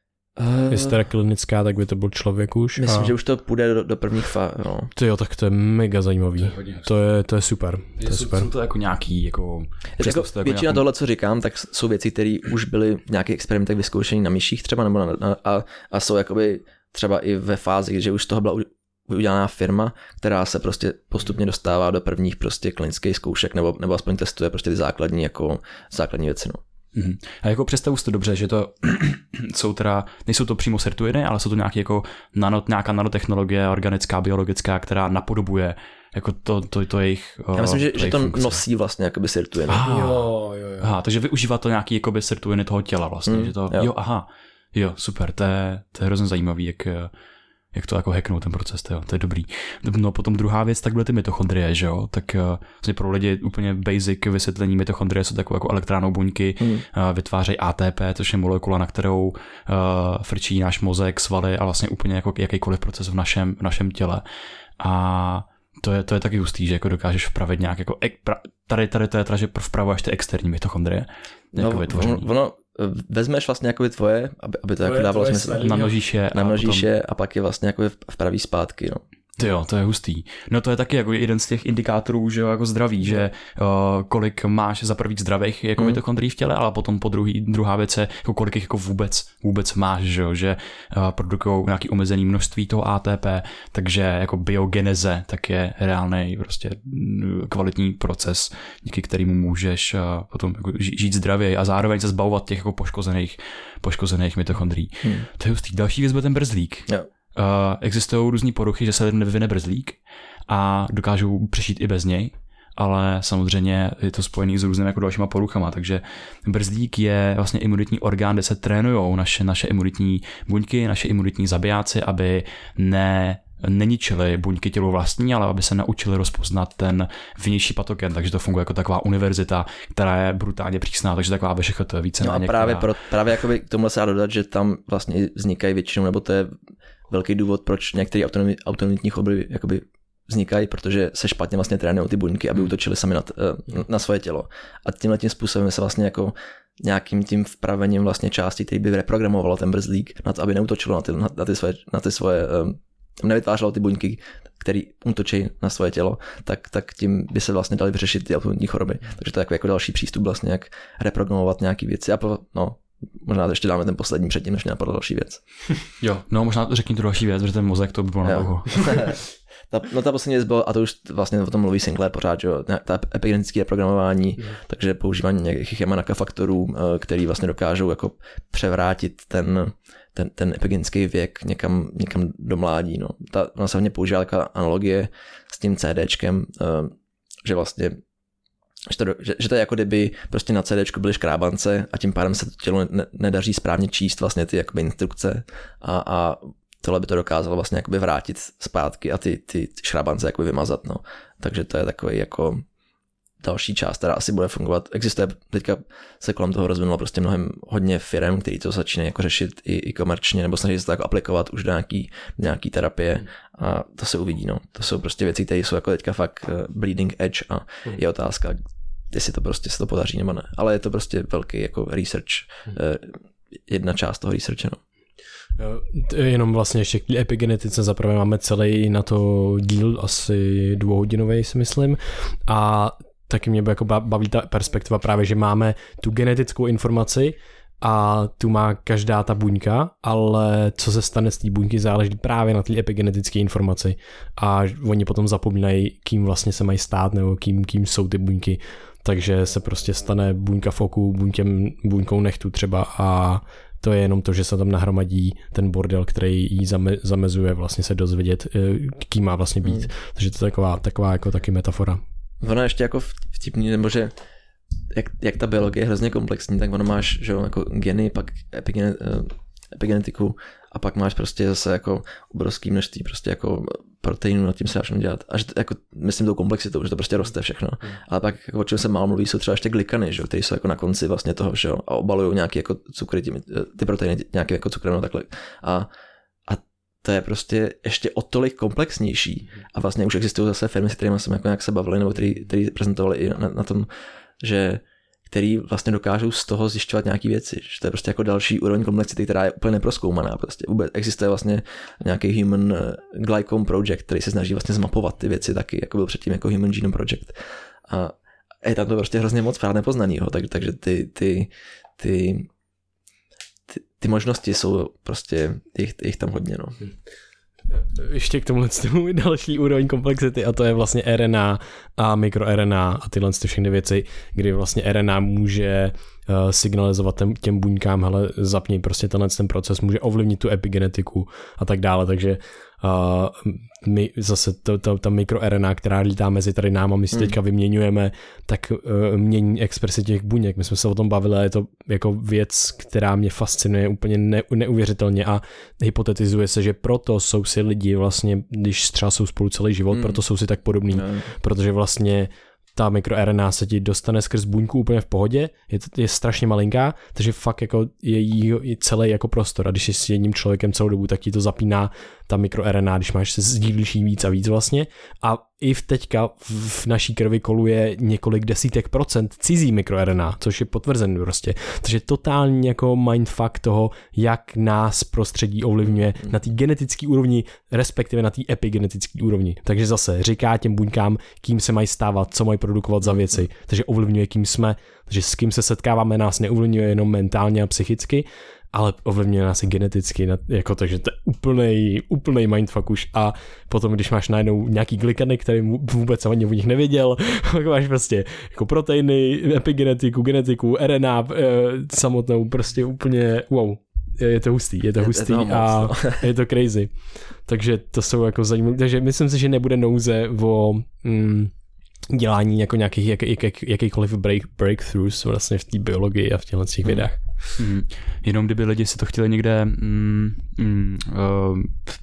Uh, Jestli teda klinická, tak by to byl člověk už. Myslím, a... že už to půjde do, do prvních fáz. No. To jo, tak to je mega zajímavý. To je, to je, to je super. To je jsou, super. Jsou to jako nějaký, jako... jako, jako většina nějakou... tohle, co říkám, tak jsou věci, které už byly v nějakých experimentech vyzkoušeny na myších třeba, nebo na, na, a, a jsou jakoby třeba i ve fázi, že už z toho byla udělaná firma, která se prostě postupně dostává do prvních prostě klinických zkoušek, nebo, nebo aspoň testuje prostě ty základní, jako základní věci. No. Mm-hmm. A jako představu si to dobře, že to jsou teda, nejsou to přímo sirtuiny, ale jsou to nějaký jako nano, nějaká nanotechnologie, organická, biologická, která napodobuje jako to, to, to jejich Já myslím, že, to že to funkce. nosí vlastně jakoby sirtuiny. Ah, jo, jo, jo. Aha, takže využívá to nějaký jakoby sirtuiny toho těla vlastně, mm, že to, jo. jo, aha, jo, super, to je, to je hrozně zajímavý, jak jak to jako hacknout ten proces, to, jo, to je dobrý. No potom druhá věc, tak byly ty mitochondrie, že jo, tak vlastně pro lidi úplně basic vysvětlení mitochondrie jsou takové jako elektrárnou buňky, hmm. vytvářejí A T P, což je molekula, na kterou uh, frčí náš mozek, svaly a vlastně úplně jako jakýkoliv proces v našem, v našem těle. A to je, to je taky hustý, že jako dokážeš vpravit nějak jako, tady, tady to je teda, že vpravuješ ty externí mitochondrie. No, ono, ono vezmeš vlastně jako tvoje, aby, aby to jako dávalo smysl. Namnožíš je. Namnožíš je a pak je vlastně jako vpraví zpátky, no. To jo, to je hustý. No to je taky jako jeden z těch indikátorů, že jako zdraví, že uh, kolik máš za prvých zdravých jako mm. mitochondrií v těle, ale potom po druhý, druhá věc je, jako kolik jich jako vůbec, vůbec máš, že, že uh, produkují nějaký omezený množství toho A T P, takže jako biogeneze tak je reálný prostě kvalitní proces, díky kterému můžeš uh, potom jako žít zdravě a zároveň se zbavovat těch jako poškozených, poškozených mitochondrií. Mm. To je hustý. Další věc byl ten brzdlík. Jo. Uh, existují různý poruchy, že se lidem nevyvine brzdlík a dokážou přežít i bez něj, ale samozřejmě je to spojený s různými jako dalšíma poruchama, takže brzdlík je vlastně imunitní orgán, kde se trénujou naše, naše imunitní buňky, naše imunitní zabijáci, aby ne neničili buňky tělu vlastní, ale aby se naučili rozpoznat ten vnější patogen, takže to funguje jako taková univerzita, která je brutálně přísná, takže taková V Š Ch T více. No a některá... právě, pro, právě jakoby k tomu se dá dodat, že tam vlastně vznikají většinou, nebo to je velký důvod, proč některé autoimunitní choroby jakoby vznikají, protože se špatně vlastně trénují ty buňky, aby útočily sami na, na svoje tělo. A tímhle tím způsobem se vlastně jako nějakým tím vpravením vlastně části, který by reprogramovalo ten brzdlík, na to, aby neútočilo na ty, na, na ty svoje, na ty svoje um, nevytvářelo ty buňky, které útočí na svoje tělo, tak, tak tím by se vlastně dali vyřešit ty autoimunitní choroby. Takže to je jako, jako další přístup vlastně, jak reprogramovat nějaké věci. A po, no, možná ještě dáme ten poslední předtím, než mě napadla další věc. Jo, no možná řekni tu další věc, protože ten mozek to by bylo na dlouho. ta, no ta poslední věc byla, a to už vlastně o tom mluví Sinclair pořád, že jo, ta epigenetické reprogramování, mm. takže používání nějakých Yamanaka faktorů, který vlastně dokážou jako převrátit ten, ten, ten epigenický věk někam, někam do mládí. No. Ta, ona se hodně používá taková analogie s tím CDčkem, že vlastně Že to, že, že to je jako kdyby prostě na CDčku byly škrábance a tím pádem se to tělo ne, nedaří správně číst vlastně ty jakoby instrukce a, a tohle by to dokázalo vlastně jakoby vrátit zpátky a ty, ty, ty škrábance jakoby vymazat, no. Takže to je takový jako další část, která asi bude fungovat. Existuje, teďka se kolem toho rozvinulo prostě mnohem hodně firem, který to začínají jako řešit i, i komerčně, nebo snaží se to jako aplikovat už do nějaký, nějaký terapie a to se uvidí, no. To jsou prostě věci, které jsou jako teďka fakt bleeding edge a je otázka, jestli to prostě se to podaří nebo ne. Ale je to prostě velký jako research, jedna část toho researche, no. Jenom vlastně ještě k epigenetice zaprvé máme celý na to díl, asi dvouhodinový si myslím a taky mě jako baví ta perspektiva právě, že máme tu genetickou informaci a tu má každá ta buňka, ale co se stane z té buňky záleží právě na té epigenetické informaci a oni potom zapomínají, kým vlastně se mají stát nebo kým, kým jsou ty buňky, takže se prostě stane buňka v oku, buňkem, buňkou nechtu třeba a to je jenom to, že se tam nahromadí ten bordel, který jí zame, zamezuje vlastně se dozvědět, kým má vlastně být. Hmm. Takže to je taková, taková jako taky metafora. Ono ještě jako vtipný, nebo že jak, jak ta biologie je hrozně komplexní, tak ono máš, že jo, jako geny, pak epigenet, epigenetiku a pak máš prostě zase jako obrovský množství prostě jako proteinů, nad tím se dá všechno dělat. A že to, jako, myslím tou komplexitou, že to prostě roste všechno. Mm. Ale pak, jako, o čem se málo mluví, jsou třeba ještě glykany, že jo, které jsou jako na konci vlastně toho, že jo, a obalují nějaký jako cukry, ty, ty proteiny nějaký jako cukrem, no takhle. A, a to je prostě ještě o tolik komplexnější. A vlastně už existují zase firmy, s kterými jsme jako nějak se bavili, nebo který, který prezentovali i na, na tom, že který vlastně dokážou z toho zjišťovat nějaké věci. Že to je prostě jako další úroveň komplexity, která je úplně neprozkoumaná. Prostě vůbec existuje vlastně nějaký Human Glycome Project, který se snaží vlastně zmapovat ty věci taky, jako byl předtím jako Human Genome Project. A je tam to prostě hrozně moc právě nepoznanýho, tak, takže ty, ty, ty, ty, ty možnosti jsou prostě, jich, jich tam hodně, no. Ještě k tomuhle tomu další úroveň komplexity a to je vlastně R N A a mikroR N A a tyhle ty všechny věci, kdy vlastně R N A může uh, signalizovat těm, těm buňkám, hele, zapni prostě tenhle ten proces, může ovlivnit tu epigenetiku a tak dále, takže uh, my zase to, to, ta mikroR N A, která lítá mezi tady náma, my si hmm. teďka vyměňujeme, tak uh, mění expresi těch buněk, my jsme se o tom bavili a je to jako věc, která mě fascinuje úplně ne, neuvěřitelně a hypotetizuje se, že proto jsou si lidi vlastně, když třeba jsou spolu celý život, hmm. proto jsou si tak podobný, hmm. protože vlastně ta mikroR N A se ti dostane skrz buňku úplně v pohodě, je, je strašně malinká, takže fakt jako je jí celý jako prostor a když jsi s jedním člověkem celou dobu, tak ti to zapíná ta mikroR N A, když máš se sdílíš jí víc a víc vlastně a i v teďka v naší krvi koluje několik desítek procent cizí mikroR N A, což je potvrzený prostě, takže totální jako mindfuck toho, jak nás prostředí ovlivňuje na té genetické úrovni, respektive na té epigenetické úrovni, takže zase říká těm buňkám, kým se mají stávat, co mají produkovat za věci, takže ovlivňuje, kým jsme, takže s kým se setkáváme, nás neovlivňuje jenom mentálně a psychicky, ale ovlivňuje nás i geneticky, jako, takže to je úplnej, úplnej mindfuck už a potom, když máš najednou nějaký glykany, který vůbec ani o nich nevěděl, tak máš prostě jako proteiny, epigenetiku, genetiku, R N A, e, samotnou, prostě úplně wow. Je to hustý, je to hustý je, je to a moc, no. Je to crazy. Takže to jsou jako zajímavé, takže myslím si, že nebude nouze o mm, dělání jako nějakých jak, jak, jakýkoliv break, breakthroughs vlastně v té biologii a v těchto těch vědách. Hmm. Jenom kdyby lidi si to chtěli někde mm, mm, uh,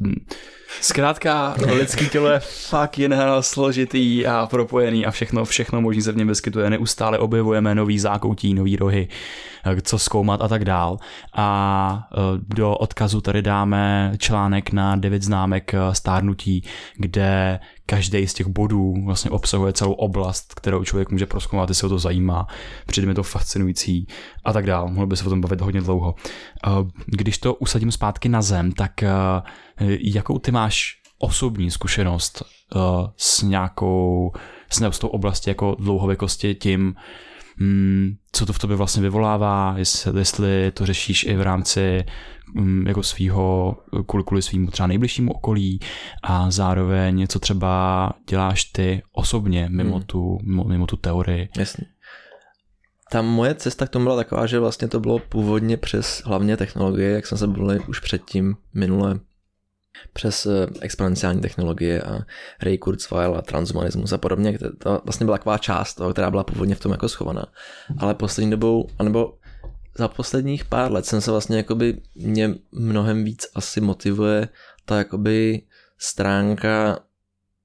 zkrátka lidský tělo je fakt jen složitý a propojený a všechno, všechno možný se v něm vyskytuje, neustále objevujeme nový zákoutí, nový rohy, co zkoumat a tak dál a do odkazu tady dáme článek na devět známek stárnutí, kde každý z těch bodů vlastně obsahuje celou oblast, kterou člověk může prozkoumat, jestli ho to zajímá, přijde mi to fascinující a tak dál. Mohl by se o tom bavit hodně dlouho. Když to usadím zpátky na zem, tak jakou ty máš osobní zkušenost s nějakou, s tou oblastí jako dlouhověkosti, tím, co to v tobě vlastně vyvolává, jestli, jestli to řešíš i v rámci jako svýho, kvůli, kvůli svýmu třeba nejbližšímu okolí a zároveň co třeba děláš ty osobně mimo, hmm. tu, mimo, mimo tu teorii. Jasně. Ta moje cesta k tomu byla taková, že vlastně to bylo původně přes hlavně technologie, jak jsme se bavili už předtím minule, přes exponenciální technologie a Ray Kurzweil a transhumanismus a podobně. To vlastně byla taková část toho, která byla původně v tom jako schovaná. Ale poslední dobou, anebo za posledních pár let jsem se vlastně jakoby, mě mnohem víc asi motivuje ta jakoby stránka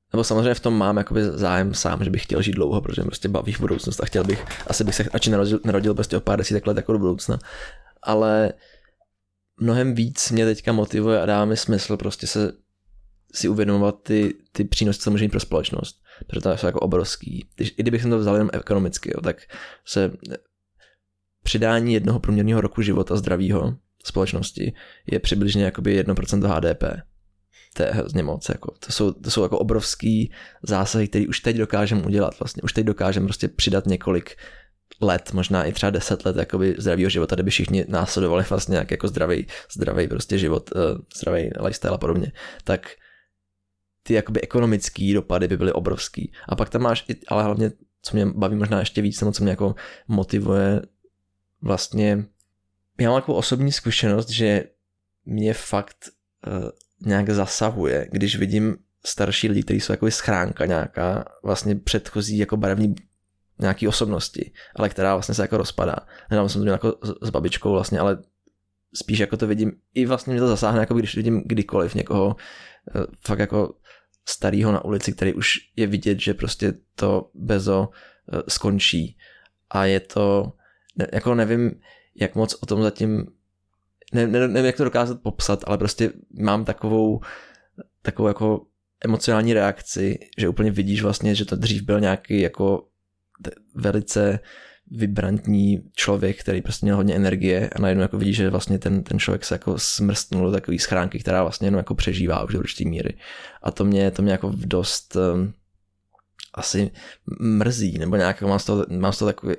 nebo samozřejmě v tom mám jakoby zájem sám, že bych chtěl žít dlouho, protože mě prostě baví v budoucnost a chtěl bych, asi bych se radši narodil, narodil prostě o pár desítek let jako do budoucna, ale mnohem víc mě teďka motivuje a dává mi smysl prostě se si uvědomovat ty, ty přínosy, co může mít pro společnost, protože to je jako obrovský. Když, i kdybych to vzal jenom ekonomicky, jo, tak se přidání jednoho průměrného roku života zdravýho společnosti je přibližně jakoby jedno procento H D P. To je hrozně moc. Jako. To, jsou, to jsou jako obrovský zásahy, které už teď dokážeme udělat. Vlastně. Už teď dokážeme prostě přidat několik let, možná i třeba deset let jakoby zdravýho života, kdyby všichni následovali vlastně nějak jako zdravý, zdravý prostě život, uh, zdravý lifestyle a podobně. Tak ty jakoby ekonomický dopady by byly obrovský. A pak tam máš, i, ale hlavně, co mě baví možná ještě víc, nebo co mě jako motivuje, vlastně, já mám takovou osobní zkušenost, že mě fakt uh, nějak zasahuje, když vidím starší lidi, kteří jsou jako schránka nějaká, vlastně předchozí jako barevný nějaký osobnosti, ale která vlastně se jako rozpadá. Nedávno jsem to měl jako s babičkou vlastně, ale spíš jako to vidím, i vlastně mě to zasáhne, jako když vidím kdykoliv někoho uh, fakt jako starýho na ulici, který už je vidět, že prostě to bezo uh, skončí. A je to, ne, jako nevím, jak moc o tom zatím, ne, ne, nevím, jak to dokázat popsat, ale prostě mám takovou, takovou jako emocionální reakci, že úplně vidíš vlastně, že to dřív byl nějaký jako velice vibrantní člověk, který prostě měl hodně energie a najednou jako vidíš, že vlastně ten, ten člověk se jako smrstnul do takové schránky, která vlastně jenom jako přežívá už do určitý míry. A to mě, to mě jako dost um, asi mrzí, nebo nějak mám z toho, mám z toho takový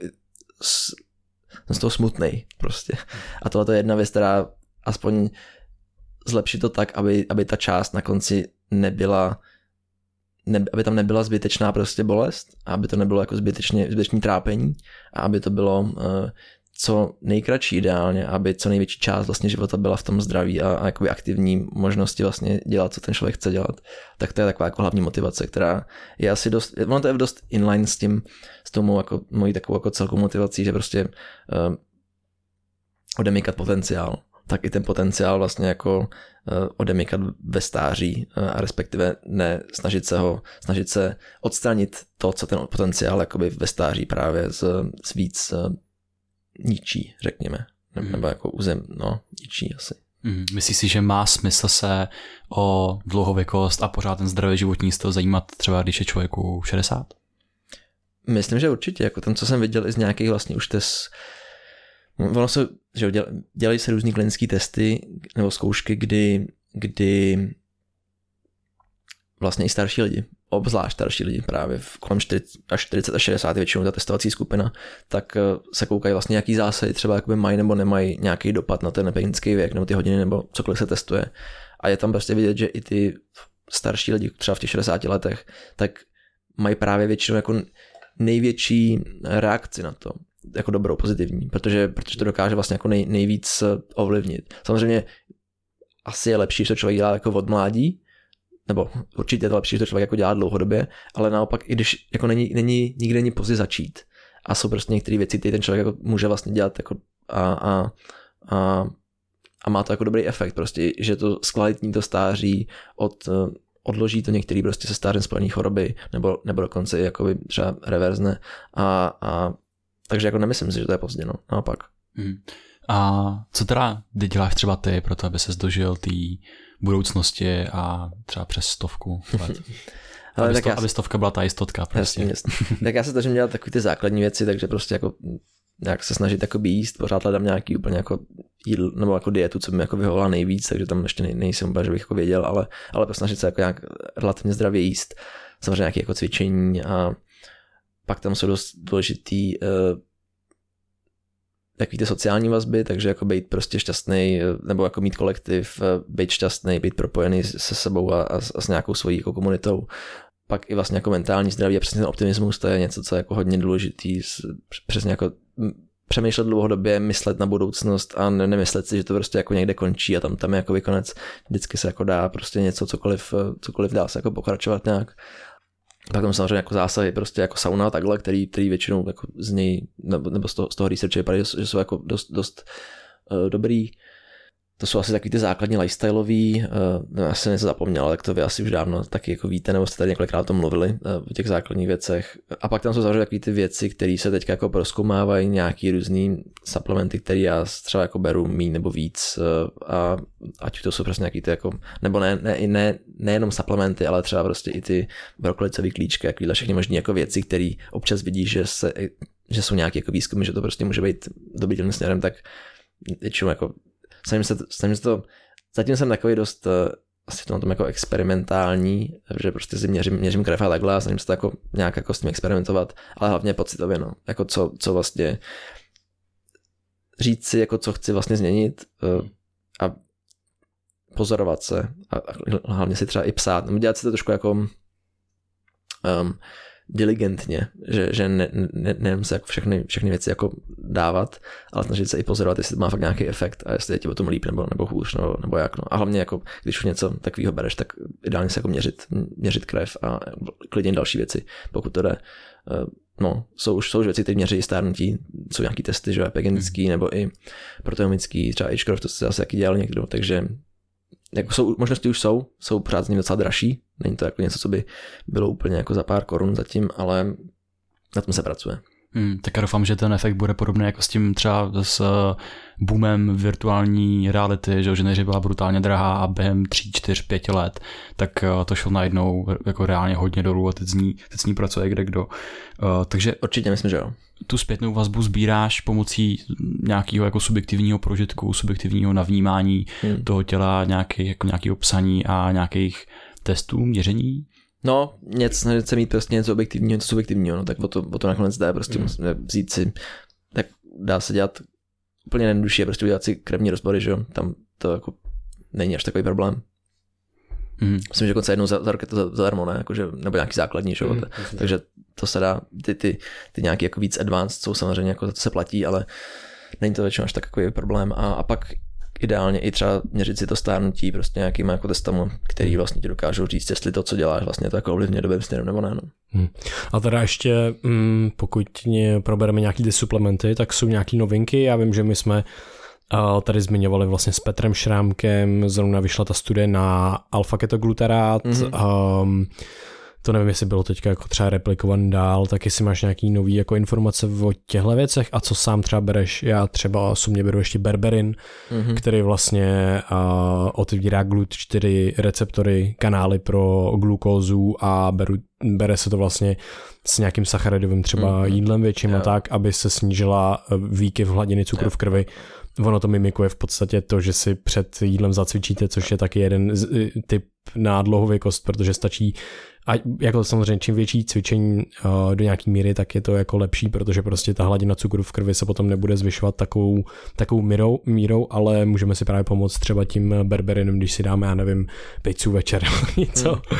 jsem z toho smutnej prostě. A tohle je jedna věc, která aspoň zlepší to tak, aby, aby ta část na konci nebyla, ne, aby tam nebyla zbytečná prostě bolest, a aby to nebylo jako zbytečně, zbytečný trápení a aby to bylo uh, co nejkratší ideálně, aby co největší část vlastně života byla v tom zdraví a, a jakoby aktivní možnosti vlastně dělat, co ten člověk chce dělat. Tak to je taková jako hlavní motivace, která je asi dost, ono to je dost inline s tím, s tou mou jako, mojí takovou jako celkovou motivací, že prostě uh, odemykat potenciál, tak i ten potenciál vlastně jako uh, odemykat ve stáří uh, a respektive ne snažit se ho, snažit se odstranit to, co ten potenciál jakoby ve stáří právě z, z víc uh, ničí, řekněme. Nebo mm. jako uzem, no, ničí asi. Mm. Myslíš si, že má smysl se o dlouhověkost a pořád ten zdravý životní styl zajímat třeba, když je člověku šedesát? Myslím, že určitě. Jako ten, co jsem viděl i z nějakých vlastně už test, ono se, že dělají se různý klinické testy nebo zkoušky, kdy, kdy vlastně i starší lidi, obzvlášť starší lidi právě v kolem čtyřicet až čtyřicet až šedesát je většinou ta testovací skupina, tak se koukají vlastně jaký zásahy třeba jakoby mají nebo nemají nějaký dopad na ten nepeňnický věk nebo ty hodiny nebo cokoliv se testuje. A je tam prostě vidět, že i ty starší lidi třeba v těch šedesáti letech, tak mají právě většinou jako největší reakci na to, jako dobrou, pozitivní, protože, protože to dokáže vlastně jako nej, nejvíc ovlivnit. Samozřejmě asi je lepší, že to člověk dělá jako od mládí, nebo určitě je to lepší, že to člověk jako dělá dlouhodobě, ale naopak, i když jako není, není nikdy není pozdě začít a jsou prostě některé věci, které ten člověk jako může vlastně dělat jako a, a, a, a má to jako dobrý efekt prostě, že to zkvalitní to stáří, od, odloží to některé prostě se stářem spojené choroby, nebo, nebo dokonce jakoby třeba reverzne a, a takže jako nemyslím si, že to je pozdě, no, naopak. Hmm. A co teda ty děláš třeba ty, proto aby ses dožil té budoucnosti a třeba přes stovku let? Ale aby, sto, já... aby stovka byla ta jistotka. Prostě. Jasně, jasně. Tak já se snažím dělat takové ty základní věci, takže prostě jako nějak se snažit jako jíst, pořád hledám nějaký úplně jako jídl, nebo jako dietu, co mi jako vyhovala nejvíc, takže tam ještě nej, nejsem úplně, že bych jako věděl, ale, ale snažit se jako nějak relativně zdravě jíst, samozřejmě nějaké jako cvičení a pak tam jsou dost důležitý uh, takový ty sociální vazby, takže jako být prostě šťastný, nebo jako mít kolektiv, být šťastný, být propojený se sebou a, a, a s nějakou svojí jako komunitou. Pak i vlastně jako mentální zdraví a přesně ten optimismus, to je něco, co je jako hodně důležitý, přesně jako přemýšlet dlouhodobě, myslet na budoucnost a ne, nemyslet si, že to prostě jako někde končí a tam, tam je jako konec, vždycky se jako dá prostě něco, cokoliv, cokoliv dá se jako pokračovat nějak. Tak tam samozřejmě jako zásahy prostě jako sauna a takhle, který, který většinou jako z něj, nebo z toho, z toho researche vypadají, že jsou jako dost, dost uh, dobrý. to jsou asi takový ty základní lifestyleový, uh, já jsem něco zapomněl, ale tak to vy asi už dávno taky jako víte, nebo jste tady několikrát o tom mluvili, uh, o těch základních věcech. A pak tam jsou samozřejmě takový ty věci, které se teď jako prozkoumávají, nějaký různý supplementy, které já třeba jako beru míň nebo víc, uh, a ať to jsou prostě nějaký ty jako, nebo ne, ne, ne, nejenom supplementy, ale třeba prostě i ty brokolicový klíčky, takovýhle všechny možný jako věci, které občas vidíš, že se, že jsou nějaké jako výzkumy, že to prostě může být dobrý tím směrem, tak většinou jako Snažím se, snažím se to, zatím jsem takový dost asi to na tom jako experimentální, že prostě si měřím, měřím krev a takhle a snažím se to jako nějak jako s tím experimentovat, ale hlavně pocitově, no, jako co, co vlastně říct si, jako co chci vlastně změnit a pozorovat se a, a hlavně si třeba i psát, no, dělat si to trošku jako um, diligentně, že, že ne, ne, nejenom se jako všechny, všechny věci jako dávat, ale snažit se i pozorovat, jestli to má fakt nějaký efekt a jestli je ti o tom líp nebo, nebo hůř, nebo, nebo jak. No. A hlavně jako, když už něco takového bereš, tak ideálně se jako měřit, měřit krev a klidně další věci, pokud to jde. No, jsou už jsou už věci, které měří stárnutí, jsou nějaký testy, že epigenetický hmm. nebo i proteomický, třeba H-krov, to se zase jaký dělal někdo, takže jako jsou, možnosti už jsou, jsou pořád z nimi docela dražší, není to jako něco, co by bylo úplně jako za pár korun zatím, ale na tom se pracuje. Hmm, tak já doufám, že ten efekt bude podobný jako s tím třeba s boomem virtuální reality, že nejdřív byla brutálně drahá a během tři, čtyři, pět let, tak to šlo najednou jako reálně hodně dolů a teď z ní, teď z ní pracuje kde kdo. Uh, takže určitě myslím, že jo. Tu zpětnou vazbu sbíráš pomocí nějakého jako subjektivního prožitku, subjektivního navnímání hmm. toho těla, nějaký, jako nějakého psaní a nějakých testů, měření? No, něco, snažit se mít prostě něco objektivního, něco subjektivního, no tak o to, o to nakonec jde, prostě mm. musíme vzít si, tak dá se dělat úplně nejjednodušší, prostě udělat si krevní rozbory, že jo, tam to jako není až takový problém. Mm. Myslím, že konce jednou za, za rok je to zadarmo, ne, jakože, nebo nějaký základní, že jo, mm, takže to se dá, ty, ty, ty nějaký jako víc advanced jsou samozřejmě, jako za to se platí, ale není to většinou až takový problém a, a pak ideálně i třeba měřit si to stárnutí prostě nějakýma jako testama, který vlastně ti dokážou říct, jestli to, co děláš, vlastně to jako ovlivňuje dobrým směrem nebo ne. No. Hmm. A teda ještě, mm, pokud probereme nějaký ty suplementy, tak jsou nějaký novinky. Já vím, že my jsme uh, tady zmiňovali vlastně s Petrem Šrámkem, zrovna vyšla ta studie na alfa-ketoglutarát, mm-hmm. um, to nevím, jestli bylo teďka jako třeba replikovaný dál, tak jestli máš nějaký nový jako informace o těchto věcech a co sám třeba bereš. Já třeba osobně beru ještě berberin, mm-hmm. který vlastně uh, otvírá glut čtyři receptory, kanály pro glukózu a beru, bere se to vlastně s nějakým sacharidovým třeba mm-hmm. jídlem větším yeah. a tak, aby se snížila výkyv hladiny cukru yeah. v krvi. Ono to mimikuje v podstatě to, že si před jídlem zacvičíte, což je taky jeden z, typ na dlouhověkost, protože stačí, a jako samozřejmě čím větší cvičení uh, do nějaký míry, tak je to jako lepší, protože prostě ta hladina cukru v krvi se potom nebude zvyšovat takovou, takovou mírou, mírou, ale můžeme si právě pomoct třeba tím berberinem, když si dáme, já nevím, pizzu večer nebo něco. Hmm.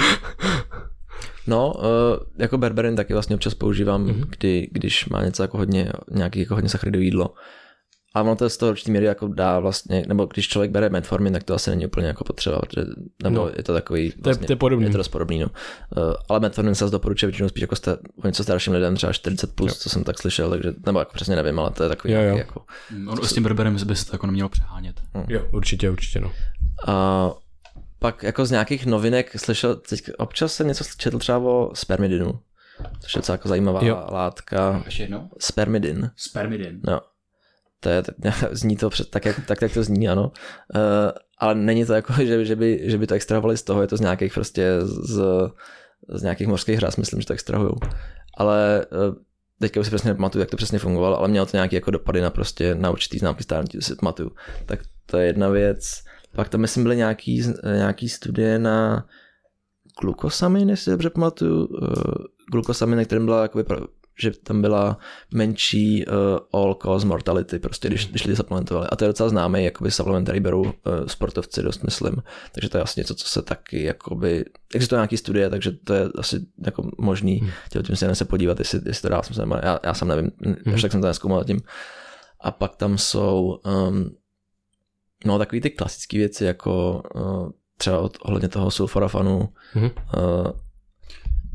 No, uh, jako berberin taky vlastně občas používám, mm-hmm. kdy, když má něco jako hodně, nějaký jako hodně sacharidový jídlo. A ono to z toho určitý míry jako dá vlastně, nebo když člověk bere metformin, tak to asi není úplně jako potřeba, protože, nebo no, je to takový, vlastně, to je, podobný. je to dost podobný, no. Uh, ale metformin se doporučuje většinou spíš jako sta, o něco starším lidem, třeba čtyřicet plus, jo. co jsem tak slyšel, takže, nebo jako přesně nevím, ale to je takový jo, jo. jako... Ono s tím berberem by se to jako nemělo přehánět. Hmm. Jo, určitě, určitě, no. A pak jako z nějakých novinek slyšel, teď občas jsem něco četl třeba o spermidinu, což je docela jako zajímavá jo. látka. Ještě jednou? Spermidin. Spermidin. No. To je, zní to před, tak, jak, tak, jak to zní, ano. Uh, ale není to jako, že, že, by, že by to extrahovali z toho, je to z nějakých prostě z, z nějakých mořských hras, myslím, že to extrahujou. Ale uh, teďka už si přesně nepamatuju, jak to přesně fungovalo, ale mělo to nějaké jako dopady na prostě na určitý známky stárnutí, to si pamatuju. Tak to je jedna věc. Pak tam myslím byly nějaký, nějaký studie na glukosamin, jestli dobře pamatuju. Uh, glukosamin, kterým byla jakoby pro, že tam byla menší uh, all cause mortality, prostě když, když lidi supplementovali. A to je docela známý jakoby supplement, který berou uh, sportovci, dost myslím. Takže to je asi něco, co se taky jakoby... Existuje nějaký studie, takže to je asi jako možný. Hmm. Tělo tím se se podívat, jestli, jestli to dál jsem se nemal. Já, já sám nevím, hmm. až tak jsem to neskoumal tím. A pak tam jsou um, no takový ty klasické věci, jako uh, třeba od, ohledně toho sulforafanu. Hmm. Uh,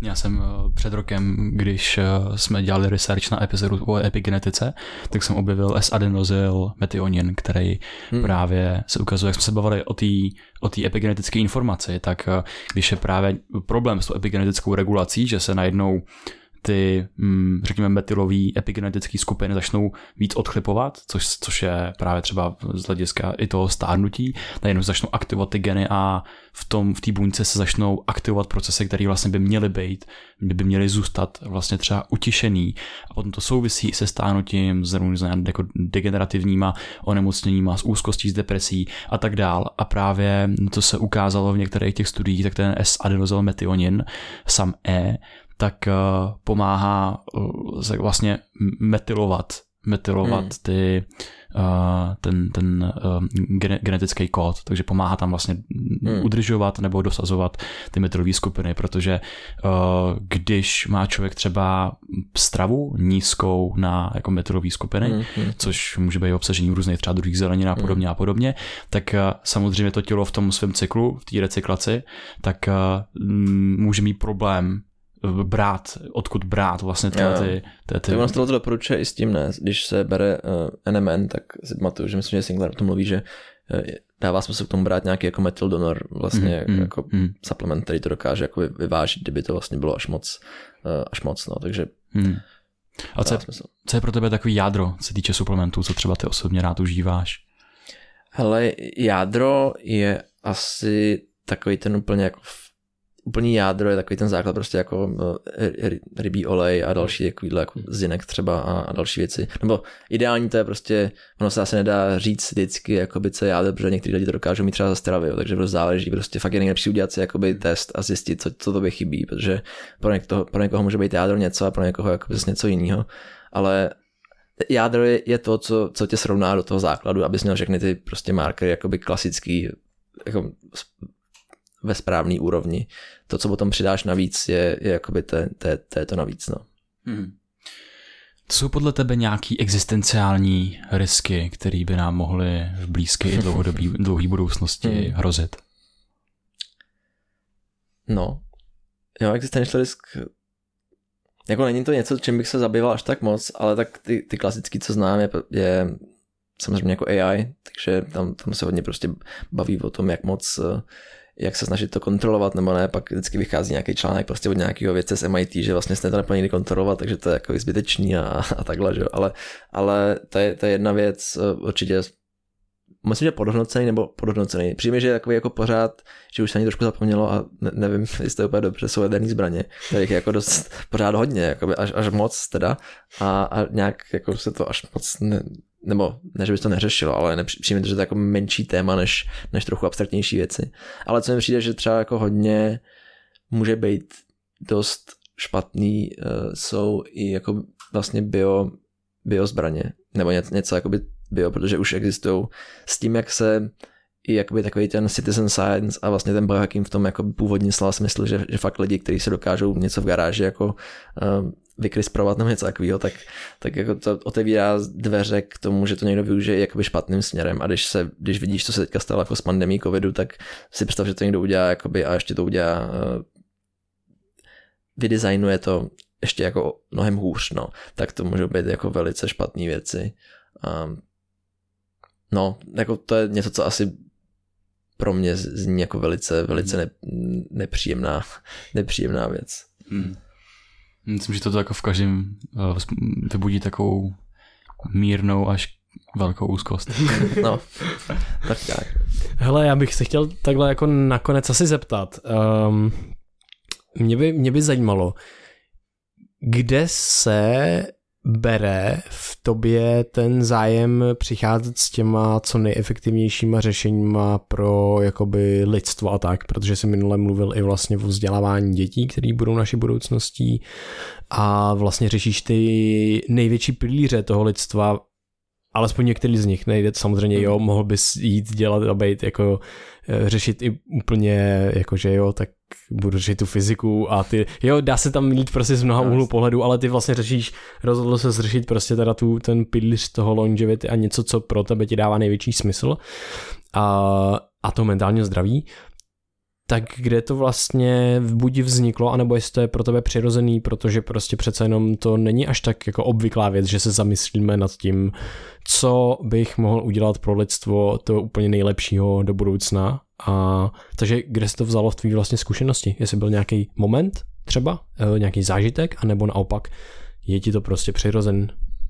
Já jsem před rokem, když jsme dělali research na epizodu o epigenetice, tak jsem objevil S-adenosyl metionin, který hmm. právě se ukazuje, jak jsme se bavili o té o té epigenetické informaci, tak když je právě problém s tou epigenetickou regulací, že se najednou ty, řekněme, metylové epigenetické skupiny začnou víc odchlipovat, což, což je právě třeba z hlediska i toho stárnutí, najednou začnou aktivovat ty geny a v tom v té buňce se začnou aktivovat procesy, které vlastně by měly být, by, by měly zůstat vlastně třeba utišený a potom to souvisí se stárnutím, s jako degenerativníma onemocněníma, s úzkostí, s depresí a tak dál. A právě to se ukázalo v některých těch studiích, tak ten S-adenosyl-metionin, sam E, tak uh, pomáhá uh, vlastně metylovat, metylovat hmm. ty, uh, ten, ten uh, gene, genetický kód, takže pomáhá tam vlastně hmm. udržovat nebo dosazovat ty metylové skupiny, protože uh, když má člověk třeba stravu nízkou na jako metylové skupiny, hmm. což může být obsažení v různých třeba druhých zelenin a podobně hmm. a podobně, tak uh, samozřejmě to tělo v tom svém cyklu, v té recyklaci, tak uh, může mít problém brát, odkud brát vlastně tyhle ty... ty, ty... Ono to doporučuje i s tím, ne? Když se bere uh, N M N, tak si pamatuju, že myslím, že Sinclair o tom mluví, že uh, dává smysl k tomu brát nějaký jako metyl donor, vlastně mm, jako mm. supplement, který to dokáže jako vyvážit, kdyby to vlastně bylo až moc, uh, až moc, no, takže... Mm. A co je, co je pro tebe takový jádro, co se týče suplementů, co třeba ty osobně rád užíváš? Hele, jádro je asi takový ten úplně jako úplný jádro je takový ten základ prostě jako rybí olej a další takovýhle jako zinek třeba a, a další věci. Nebo ideální to je prostě, ono se asi nedá říct vždycky jakoby co je jádro, protože někteří lidi to dokážou mít třeba za stravy, takže prostě záleží, prostě fakt je nejlepší udělat si jakoby test a zjistit, co, co tobě chybí, protože pro někoho, pro někoho může být jádro něco a pro někoho jakoby něco jiného, ale jádro je, je to, co, co tě srovná do toho základu, abys měl všechny ty prostě markery jakoby klasický, jako ve správné úrovni. To, co potom přidáš navíc, je, je jakoby to, to, to je to navíc. No. Hmm. To jsou podle tebe nějaký existenciální risky, které by nám mohly v blízké i dlouhodobé dlouhé budoucnosti hmm. hrozit? No, jo, existential risk jako není to něco, čím bych se zabýval až tak moc, ale tak ty, ty klasický, co znám, je, je samozřejmě jako A I, takže tam, tam se hodně prostě baví o tom, jak moc jak se snažit to kontrolovat nebo ne, pak vždycky vychází nějaký článek prostě od nějakého vědce z M I T, že vlastně se to neplně nikdy kontrolovat, takže to je jako zbytečný a, a takhle, že jo, ale, ale to je, to je jedna věc, určitě myslím, že podhodnocený nebo podhodnocený. Přijme, že je takový jako pořád, že už se ani trošku zapomnělo a ne, nevím, jestli to je úplně dobře, jsou jaderný zbraně, kterých je jako dost pořád hodně, jakoby až, až moc teda a, a nějak jako se to až moc ne, nebo ne, že by to neřešilo, ale přijme, že to je jako menší téma než, než trochu abstraktnější věci. Ale co mi přijde, že třeba jako hodně může být dost špatný, uh, jsou i jako vlastně bio, bio zbraně, nebo něco, něco jakoby bio, protože už existují s tím, jak se i jakoby takový ten citizen science a vlastně ten biohacking v tom jako původní slova smysl, že, že fakt lidi, kteří se dokážou něco v garáži jako uh, vykrysprovat nebo něco takového, tak, tak jako to otevírá dveře k tomu, že to někdo využije jakoby špatným směrem a když se, když vidíš, co se teďka stalo jako s pandemií covidu, tak si představ, že to někdo udělá jakoby, a ještě to udělá uh, vydesignuje to ještě jako mnohem hůř, no, tak to můžou být jako velice špatné věci. Um, no, jako to je něco, co asi pro mě zní jako velice, velice ne, nepříjemná, nepříjemná věc. Hmm. Myslím, že to jako v každém vybudí takovou mírnou až velkou úzkost. No, tak tak. Hele, já bych se chtěl takhle jako nakonec asi zeptat. Um, mě, by, mě by zajímalo, kde se bere v tobě ten zájem přicházet s těma co nejefektivnějšíma řešeníma pro jakoby lidstvo a tak, protože jsi minule mluvil i vlastně o vzdělávání dětí, které budou naší budoucností a vlastně řešíš ty největší pilíře toho lidstva, alespoň některý z nich, nejde samozřejmě, jo, mohl bys jít dělat a být jako řešit i úplně, jakože jo, tak budu řešit tu fyziku a ty, jo, dá se tam jít prostě z mnoha úhlů pohledu, ale ty vlastně řešíš, rozhodl se zřešit prostě teda tu, ten pilíř toho longevity a něco, co pro tebe ti dává největší smysl a, a to mentálně zdraví. tak kde to vlastně buď vzniklo, anebo jestli to je pro tebe přirozený, protože prostě přece jenom to není až tak jako obvyklá věc, že se zamyslíme nad tím, co bych mohl udělat pro lidstvo to úplně nejlepšího do budoucna. A takže kde se to vzalo v tvý vlastně zkušenosti? Jestli byl nějaký moment třeba, nějaký zážitek, anebo naopak je ti to prostě přirozen?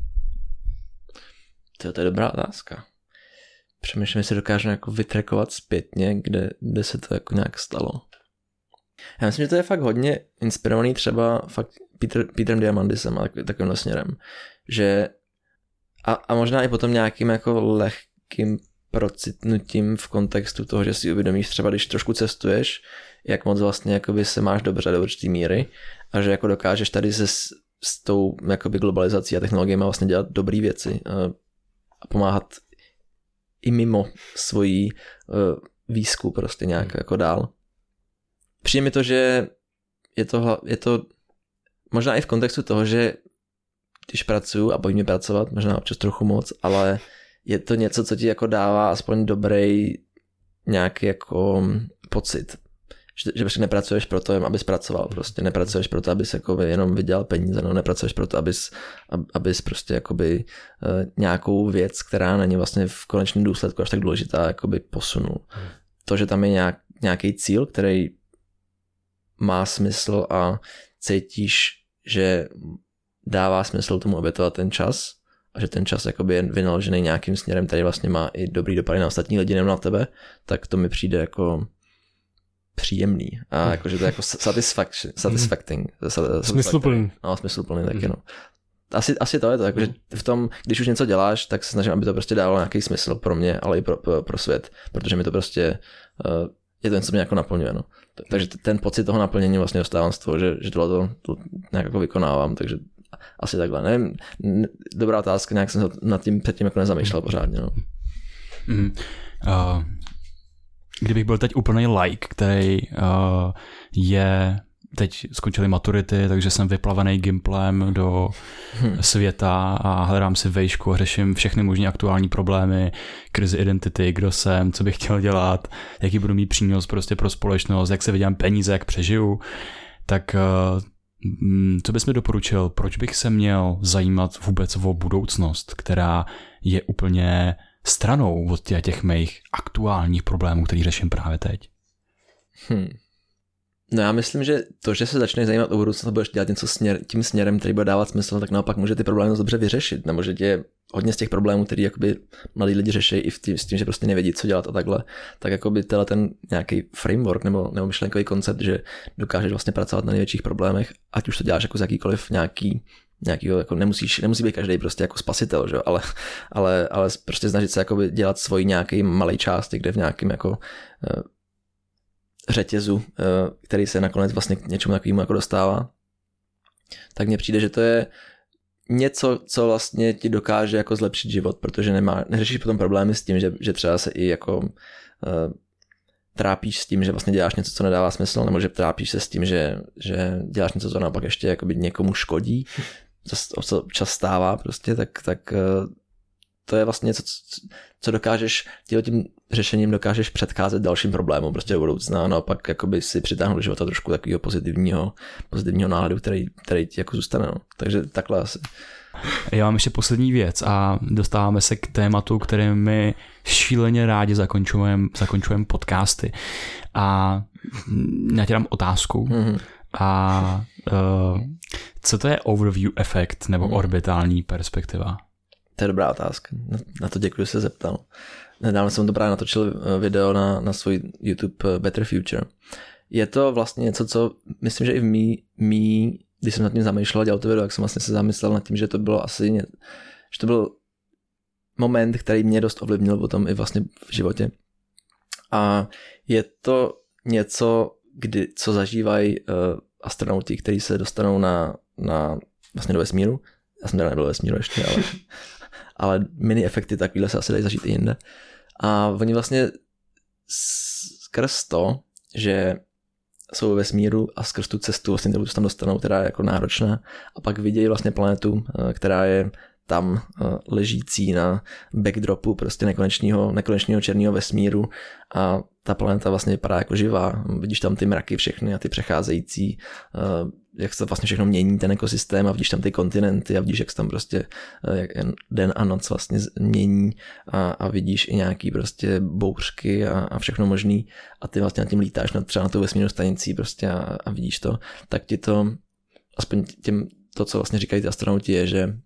To, to je dobrá otázka. Přemýšlím, jestli dokážu jako vytrekovat zpětně, kde, kde se to jako nějak stalo. Já myslím, že to je fakt hodně inspirovaný třeba fakt Peter, Petrem Diamandisem a tak, takovým směrem. Že a, a možná i potom nějakým jako lehkým procitnutím v kontextu toho, že si uvědomíš třeba, když trošku cestuješ, jak moc vlastně jakoby se máš dobře do určitý míry a že jako dokážeš tady se s, s tou jakoby globalizací a technologiemi vlastně dělat dobré věci a, a pomáhat i mimo svojí uh, výzkum prostě nějak hmm. jako dál. Přijde mi to, že je to, je to možná i v kontextu toho, že když pracuju a baví mě pracovat, možná občas trochu moc, ale je to něco, co ti jako dává aspoň dobrý nějaký jako pocit. Že, že prostě nepracuješ pro to, abys pracoval, prostě nepracuješ pro to, abys jako jenom vydělal peníze, no nepracuješ pro to, abys, abys prostě jakoby uh, nějakou věc, která není vlastně v konečném důsledku až tak důležitá, jakoby posunul. Hmm. To, že tam je nějak, nějaký cíl, který má smysl a cítíš, že dává smysl tomu obětovat ten čas a že ten čas jakoby je vynaložený nějakým směrem, který vlastně má i dobrý dopady na ostatní lidi, nebo na tebe, tak to mi přijde jako příjemný a jakože to je jako satisfaction, satisfacting. Smysluplný. No, smysluplný taky, no. Asi, asi to je to, jakože v tom, když už něco děláš, tak se snažím, aby to prostě dávalo nějaký smysl pro mě, ale i pro, pro, pro svět, protože mi to prostě uh, je to něco, co mě jako naplňuje, no. Takže ten pocit toho naplnění vlastně dostávám z toho, že, že tohle to, to nějak jako vykonávám, takže asi takhle, nevím, dobrá otázka, nějak jsem se nad tím předtím jako nezamýšlel pořádně, no. Mm. Uh... Kdybych byl teď úplný like, který uh, je, teď skončily maturity, takže jsem vyplavený gimplem do hmm. světa a hledám si vejšku a řeším všechny možné aktuální problémy, krizi identity, kdo jsem, co bych chtěl dělat, jaký budu mít přínos prostě pro společnost, jak se vydělám peníze, jak přežiju, tak uh, co bys mi doporučil, proč bych se měl zajímat vůbec o budoucnost, která je úplně stranou od těch, těch mých aktuálních problémů, který řeším právě teď? Hmm. No já myslím, že to, že se začneš zajímat o budoucnost a budeš dělat něco směr, tím směrem, který bude dávat smysl, tak naopak může ty problémy dobře vyřešit. Nebo že tě hodně z těch problémů, který jakoby mladí lidi řeší i v tím, s tím, že prostě nevědí, co dělat a takhle, tak jakoby tenhle ten nějaký framework nebo, nebo myšlenkový koncept, že dokážeš vlastně pracovat na největších problémech, ať už to děláš jako z jakýkoliv nějaký nějakýho, jako nemusíš, nemusí být každý prostě jako spasitel, že? Ale, ale, ale prostě snažit se jakoby dělat svůj nějaký malý část, kde v nějakém jako uh, řetězu, uh, který se nakonec vlastně k něčemu takovému jako dostává, tak mně přijde, že to je něco, co vlastně ti dokáže jako zlepšit život, protože nemá, neřešíš potom problémy s tím, že, že třeba se i jako uh, trápíš s tím, že vlastně děláš něco, co nedává smysl, nebo že trápíš se s tím, že, že děláš něco, co naopak ještě jakoby někomu škodí, co, co občas stává prostě, tak, tak to je vlastně něco, co dokážeš, tím řešením dokážeš předcházet dalším problémům prostě do budoucna a naopak jakoby si přitáhnout do života trošku takového pozitivního, pozitivního náhledu, který, který ti jako zůstane, no. Takže takhle asi. Já mám ještě poslední věc a dostáváme se k tématu, kterým my šíleně rádi zakončujeme zakončujem podcasty. A já ti dám otázku. Mm-hmm. A uh, co to je overview efekt nebo mm. orbitální perspektiva? To je dobrá otázka. Na to děkuji, že se zeptal. Nedávno jsem to právě natočil video na, na svůj YouTube Better Future. Je to vlastně něco, co myslím, že i v mý, mý když jsem nad tím zamýšlel a dělal to video, tak jsem vlastně se zamyslel nad tím, že to bylo asi, že to byl moment, který mě dost ovlivnil potom i vlastně v životě. A je to něco, kdy, co zažívají uh, astronauti, kteří se dostanou na, na vlastně do vesmíru. Já jsem teda nebyl ve vesmíru ještě, ale, ale mini efekty takovýhle se asi dají zažít i jinde. A oni vlastně skrz to, že jsou ve vesmíru a skrz tu cestu, vlastně, kterou se tam dostanou, která je jako náročná, a pak vidějí vlastně planetu, která je tam ležící na backdropu prostě nekonečného, nekonečného černého vesmíru a ta planeta vlastně vypadá jako živá. Vidíš tam ty mraky všechny a ty přecházející, jak se vlastně všechno mění ten ekosystém a vidíš tam ty kontinenty a vidíš, jak se tam prostě jak den a noc vlastně mění a, a vidíš i nějaký prostě bouřky a, a všechno možný a ty vlastně na tím lítáš na, třeba na tu vesmírnou stanici prostě a, a vidíš to, tak ti to, aspoň těm, to, co vlastně říkají ty astronauti, je, že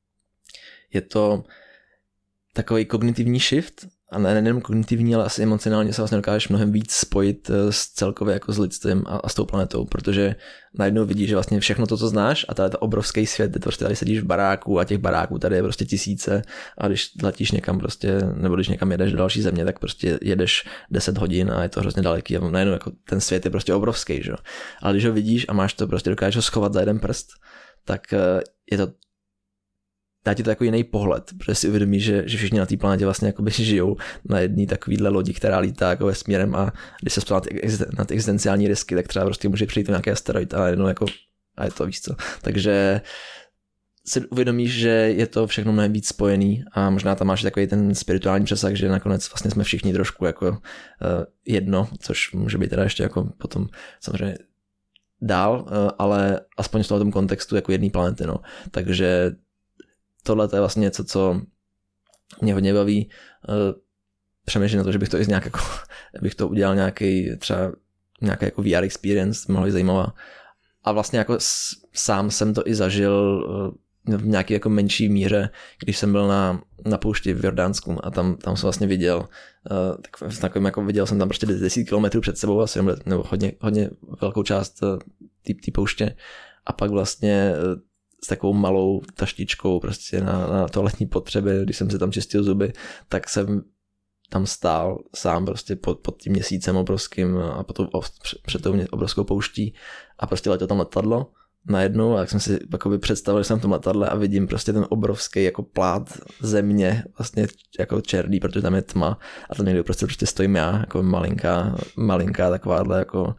je to takový kognitivní shift, a ne nejenom kognitivní, ale asi emocionálně se vlastně dokážeš mnohem víc spojit s celkově jako s lidstvím a, a s tou planetou, protože najednou vidíš, že vlastně všechno to, co znáš a tady je to obrovský svět, ty prostě tady sedíš v baráku a těch baráků tady je prostě tisíce a když letíš někam prostě, nebo když někam jedeš do další země, tak prostě jedeš deset hodin a je to hrozně daleký a najednou jako ten svět je prostě obrovský, že jo. Ale když ho vidíš a máš to prostě, dokážeš ho schovat za jeden prst, tak je to dá ti to jako jiný pohled, protože si uvědomíš, že, že všichni na té planetě vlastně jakoby žijou na jedné takovýhle lodi, která lítá jako vesmírem a když se ptá na ty existenciální risky, tak třeba prostě může přijít nějaký asteroid a jednou jako a je to, víš co. Takže si uvědomíš, že je to všechno mnohem víc spojený a možná tam máš takový ten spirituální přesah, že nakonec vlastně jsme všichni trošku jako uh, jedno, což může být teda ještě jako potom samozřejmě dál, uh, ale aspoň v tom kontextu jako jedné planety, no. Takže tohle to je vlastně něco, co mě hodně baví. Přemýšlím na to, že bych to i nějak jako, bych to udělal nějaký třeba nějaký jako V R experience, mohlo být zajímavá. A vlastně jako sám jsem to i zažil v nějaké jako menší míře, když jsem byl na, na poušti v Jordánsku a tam, tam jsem vlastně viděl, tak takovým jako viděl jsem tam prostě deset kilometrů před sebou asi, nebo hodně, hodně velkou část té pouště a pak vlastně s takovou malou taštičkou prostě na, na toaletní potřeby, když jsem si tam čistil zuby, tak jsem tam stál sám prostě pod, pod tím měsícem obrovským a potom před tou obrovskou pouští a prostě letěl tam letadlo najednou a jak jsem si jakoby představil, že jsem v tom letadle a vidím prostě ten obrovský jako plát země vlastně jako černý, protože tam je tma a tam někdo prostě prostě stojím já, jako malinká, malinká takováhle jako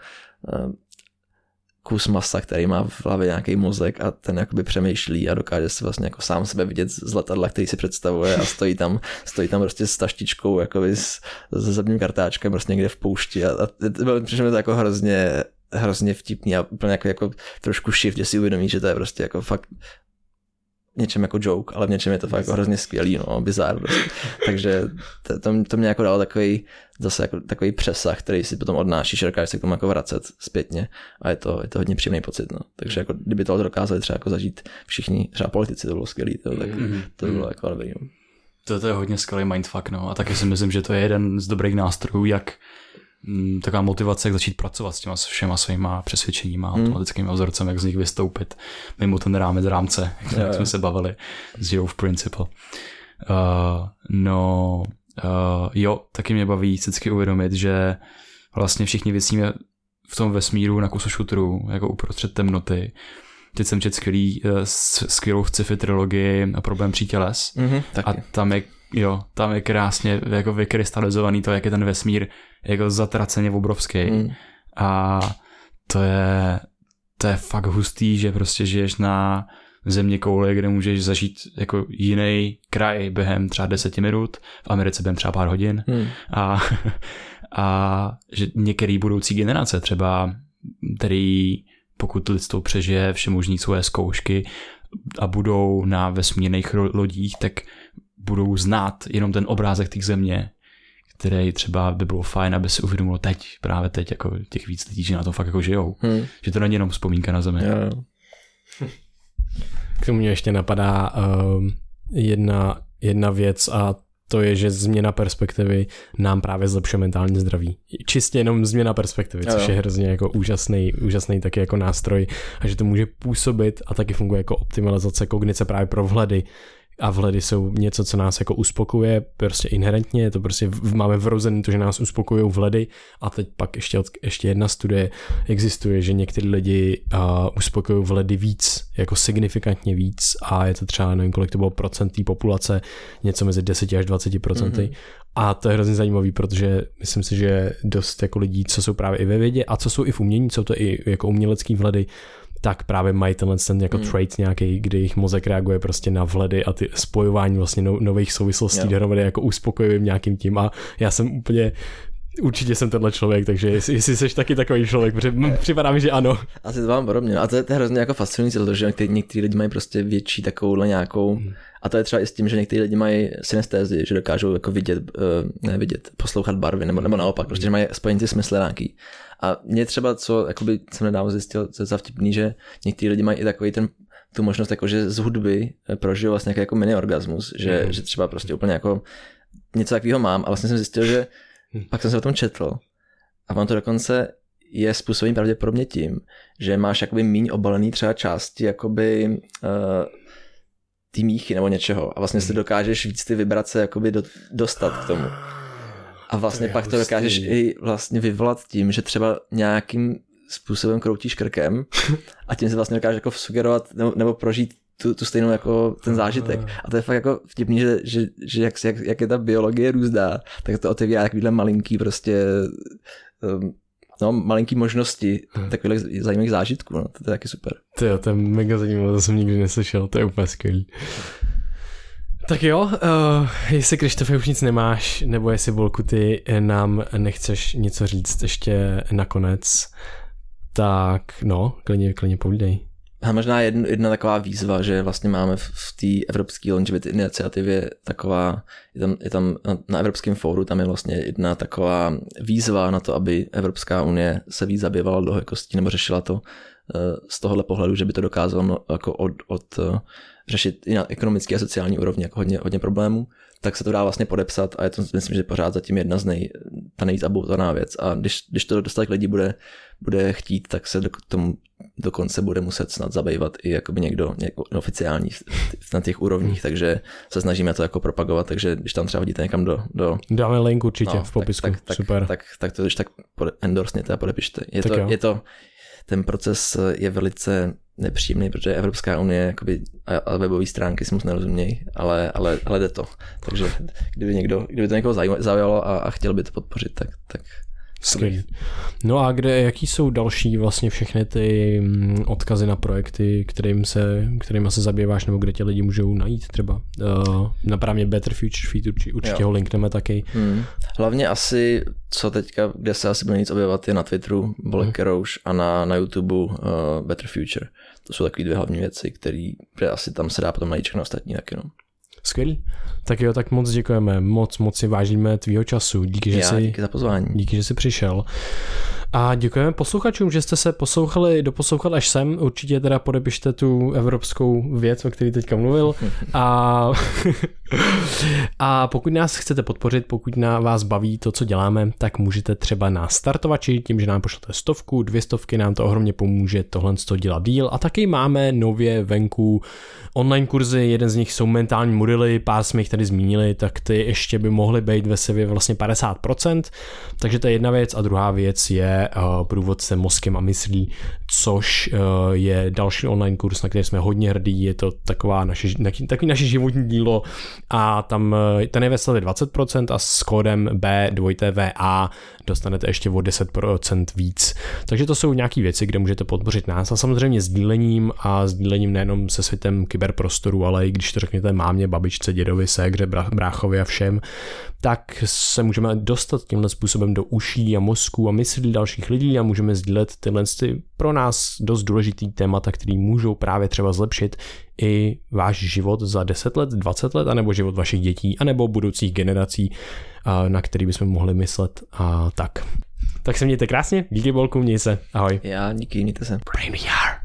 kus masa, který má v hlavě nějaký mozek a ten jakoby přemýšlí a dokáže si vlastně jako sám sebe vidět z letadla, který si představuje a stojí tam, stojí tam prostě s taštičkou jakoby s, s zubním kartáčkem prostě někde v poušti a, a přišlo mi to jako hrozně, hrozně vtipný a úplně jako, jako trošku shift, že si uvědomí, že to je prostě jako fakt něčem jako joke, ale v něčem je to fakt jako hrozně skvělý, no, bizár prostě. Takže to, to, to mě jako dalo takový, zase jako takový přesah, který si potom odnášíš a dokážeš se k tomu jako vracet zpětně a je to, je to hodně příjemný pocit, no. Takže jako kdyby to dokázali třeba jako zažít všichni, třeba politici, to bylo skvělý, to, tak to bylo jako dobrý. To, to je hodně skvělý mindfuck, no, a taky si myslím, že to je jeden z dobrých nástrojů, jak m, taková motivace, jak začít pracovat s těma všema svýma přesvědčeníma, hmm. automatickými vzorcem, jak z nich vystoupit mimo ten rámec rámce, jak jsme se bavili, Zero v Principle. Uh, no, uh, jo, taky mě baví vždycky uvědomit, že vlastně všichni visíme v tom vesmíru na kusu šutru, jako uprostřed temnoty. Teď jsem četl skvělý, skvělou sci-fi trilogii Problém přítěles mm-hmm, a tam je, jo, tam je krásně jako vykrystalizovaný to, jak je ten vesmír jako zatraceně obrovský. Mm. A to je, to je fakt hustý, že prostě žiješ na země kouli, kde můžeš zažít jako jiný kraj během třeba deseti minut, v Americe během třeba pár hodin. Mm. A, a že některé budoucí generace třeba, který pokud lidstvo přežije všemožný svoje zkoušky a budou na vesmírných lodích, tak budou znát jenom ten obrázek těch země, který třeba by bylo fajn, aby si uvědomilo teď, právě teď, jako těch víc lidí, že na tom fakt jako žijou. Hmm. Že to není jenom vzpomínka na zemi. Jo. K tomu mě ještě napadá uh, jedna, jedna věc a to je, že změna perspektivy nám právě zlepšuje mentální zdraví. Čistě jenom změna perspektivy, což je hrozně jako úžasný, úžasný taky jako nástroj a že to může působit a taky funguje jako optimalizace kognice právě pro vhledy. A vhledy jsou něco, co nás jako uspokuje prostě inherentně, to prostě v, máme vrozený to, že nás uspokojují vhledy a teď pak ještě, od, ještě jedna studie existuje, že některý lidi uh, uspokojují vhledy víc, jako signifikantně víc a je to třeba, nevím kolik to bylo procent té populace, něco mezi deset až dvacet procent mm-hmm. A to je hrozně zajímavý, protože myslím si, že dost jako lidí, co jsou právě i ve vědě a co jsou i v umění, jsou to i jako umělecký vhledy, tak právě mají tenhle ten jako mm. trait nějaký, kdy jejich mozek reaguje prostě na vhledy a ty spojování vlastně no, nových souvislostí dohromady jako uspokojivým nějakým tím a já jsem úplně Určitě jsem tenhle člověk, takže jestli, jestli jsi taky takový člověk, protože připadá mi, že ano. Asi to mám podobně. A to je, to je hrozně jako fascinující, protože některý, některý lidi mají prostě větší takovouhle nějakou, hmm. a to je třeba i s tím, že někteří lidi mají synestézii, že dokážou jako vidět, ne vidět, poslouchat barvy, nebo, nebo naopak, prostě že mají spojení ty smysly nějaký. A mě třeba, co jakoby jsem nedávno zjistil, co je za vtipný, že někteří lidi mají i takový ten, tu možnost, jako, že z hudby prožijou vlastně jako mini orgasmus, že, hmm. že třeba prostě úplně jako něco takového mám a vlastně jsem zjistil, že pak jsem se o tom četl a on to dokonce je způsobený pravděpodobně tím, že máš jakoby míň obalený třeba části jakoby uh, ty míchy nebo něčeho a vlastně si dokážeš víc ty vibrace jakoby do, dostat k tomu. A vlastně to pak hustý. To dokážeš i vlastně vyvolat tím, že třeba nějakým způsobem kroutíš krkem a tím se vlastně dokážeš jako sugerovat nebo, nebo prožít tu, tu stejnou jako ten zážitek. A to je fakt jako vtipný, že, že, že jak, jak, jak je ta biologie různá, tak to otevírá takovýhle malinký prostě um, no, malinký možnosti takových zajímavých zážitků, no, to je taky super. Tyjo, to je mega zajímavé, to jsem nikdy neslyšel, to je úplně skvělý. Tak jo, uh, jestli Krištofe už nic nemáš, nebo jestli Bolku ty nám nechceš něco říct ještě nakonec, tak no, klidně, klidně povídej. A možná jedna, jedna taková výzva, že vlastně máme v, v té evropské longevity iniciativě taková, je tam, je tam na, na Evropském fóru, tam je vlastně jedna taková výzva na to, aby Evropská unie se víc zabývala dlouhokostí nebo řešila to uh, z tohohle pohledu, že by to dokázalo no, jako od, od uh, řešit i na ekonomické a sociální úrovni jako hodně, hodně problémů, tak se to dá vlastně podepsat a je to, myslím, že pořád zatím jedna z nej, ta nejvíc aboutovaná věc a když, když to dostatek lidí bude, bude chtít, tak se do, tomu dokonce bude muset snad zabývat i jakoby někdo, někdo oficiální na těch úrovních, takže se snažíme to jako propagovat, takže když tam třeba hodíte někam do... do dáme link určitě no, v popisku, tak, tak, super. Tak, tak, tak to když tak endorsněte a podepište. Je tak to, jo. je to, ten proces je velice nepříjemný, protože Evropská unie jakoby, a webové stránky si moc nerozumějí, ale, ale, ale jde to. Takže kdyby, někdo, kdyby to někoho zaujalo a, a chtěl by to podpořit, tak... tak skvělý. No a kde, jaký jsou další vlastně všechny ty odkazy na projekty, kterým se, kterým se zabýváš, nebo kde tě lidi můžou najít třeba? Uh, napravně Better Future Feed určitě, určitě ho linkneme taky. Hmm. Hlavně asi, co teďka, kde se asi bude nic objevovat, je na Twitteru Bolek Kerouš a na, na YouTube uh, Better Future. To jsou takové dvě hlavní věci, které asi tam se dá potom najít všechno ostatní taky. No. Skvělý. Tak jo, tak moc děkujeme, moc, moc si vážíme tvýho času. Díky, že Já, jsi, díky za pozvání. Díky, že jsi přišel. A děkujeme posluchačům, že jste se poslouchali, doposlouchali až sem. Určitě teda podepište tu evropskou věc, o které teďka mluvil. A, a pokud nás chcete podpořit, pokud na vás baví to, co děláme, tak můžete třeba na startovači, tím, že nám pošlete stovku, dvě stovky, nám to ohromně pomůže tohle z toho dělat díl. A taky máme nově venku online kurzy, jeden z nich jsou mentální modely, pár jsme jich tady zmínili, tak ty ještě by mohly být ve sevě vlastně padesát procent, takže to je jedna věc a druhá věc je uh, průvodce mozkem a myslí, což uh, je další online kurz, na který jsme hodně hrdí, je to taková naše, takový naše životní dílo a tam uh, ten je ve slevě dvacet procent a s kódem B dva V A dostanete ještě o deset procent víc. Takže to jsou nějaké věci, kde můžete podpořit nás a samozřejmě sdílením a sdílením nejenom se světem kyberprostoru, ale i když to řekněte mámě, babičce, dědovi, ségře, bráchovi a všem, tak se můžeme dostat tímhle způsobem do uší a mozku a myslí dalších lidí a můžeme sdílet tyhle ty pro nás dost důležitý témata, které můžou právě třeba zlepšit i váš život za deset let, dvacet let, anebo život vašich dětí, anebo budoucích generací, na který bychom mohli myslet a tak. Tak se mějte krásně, díky Bolku, měj se, ahoj. Já díky, mějte se. Brain V R.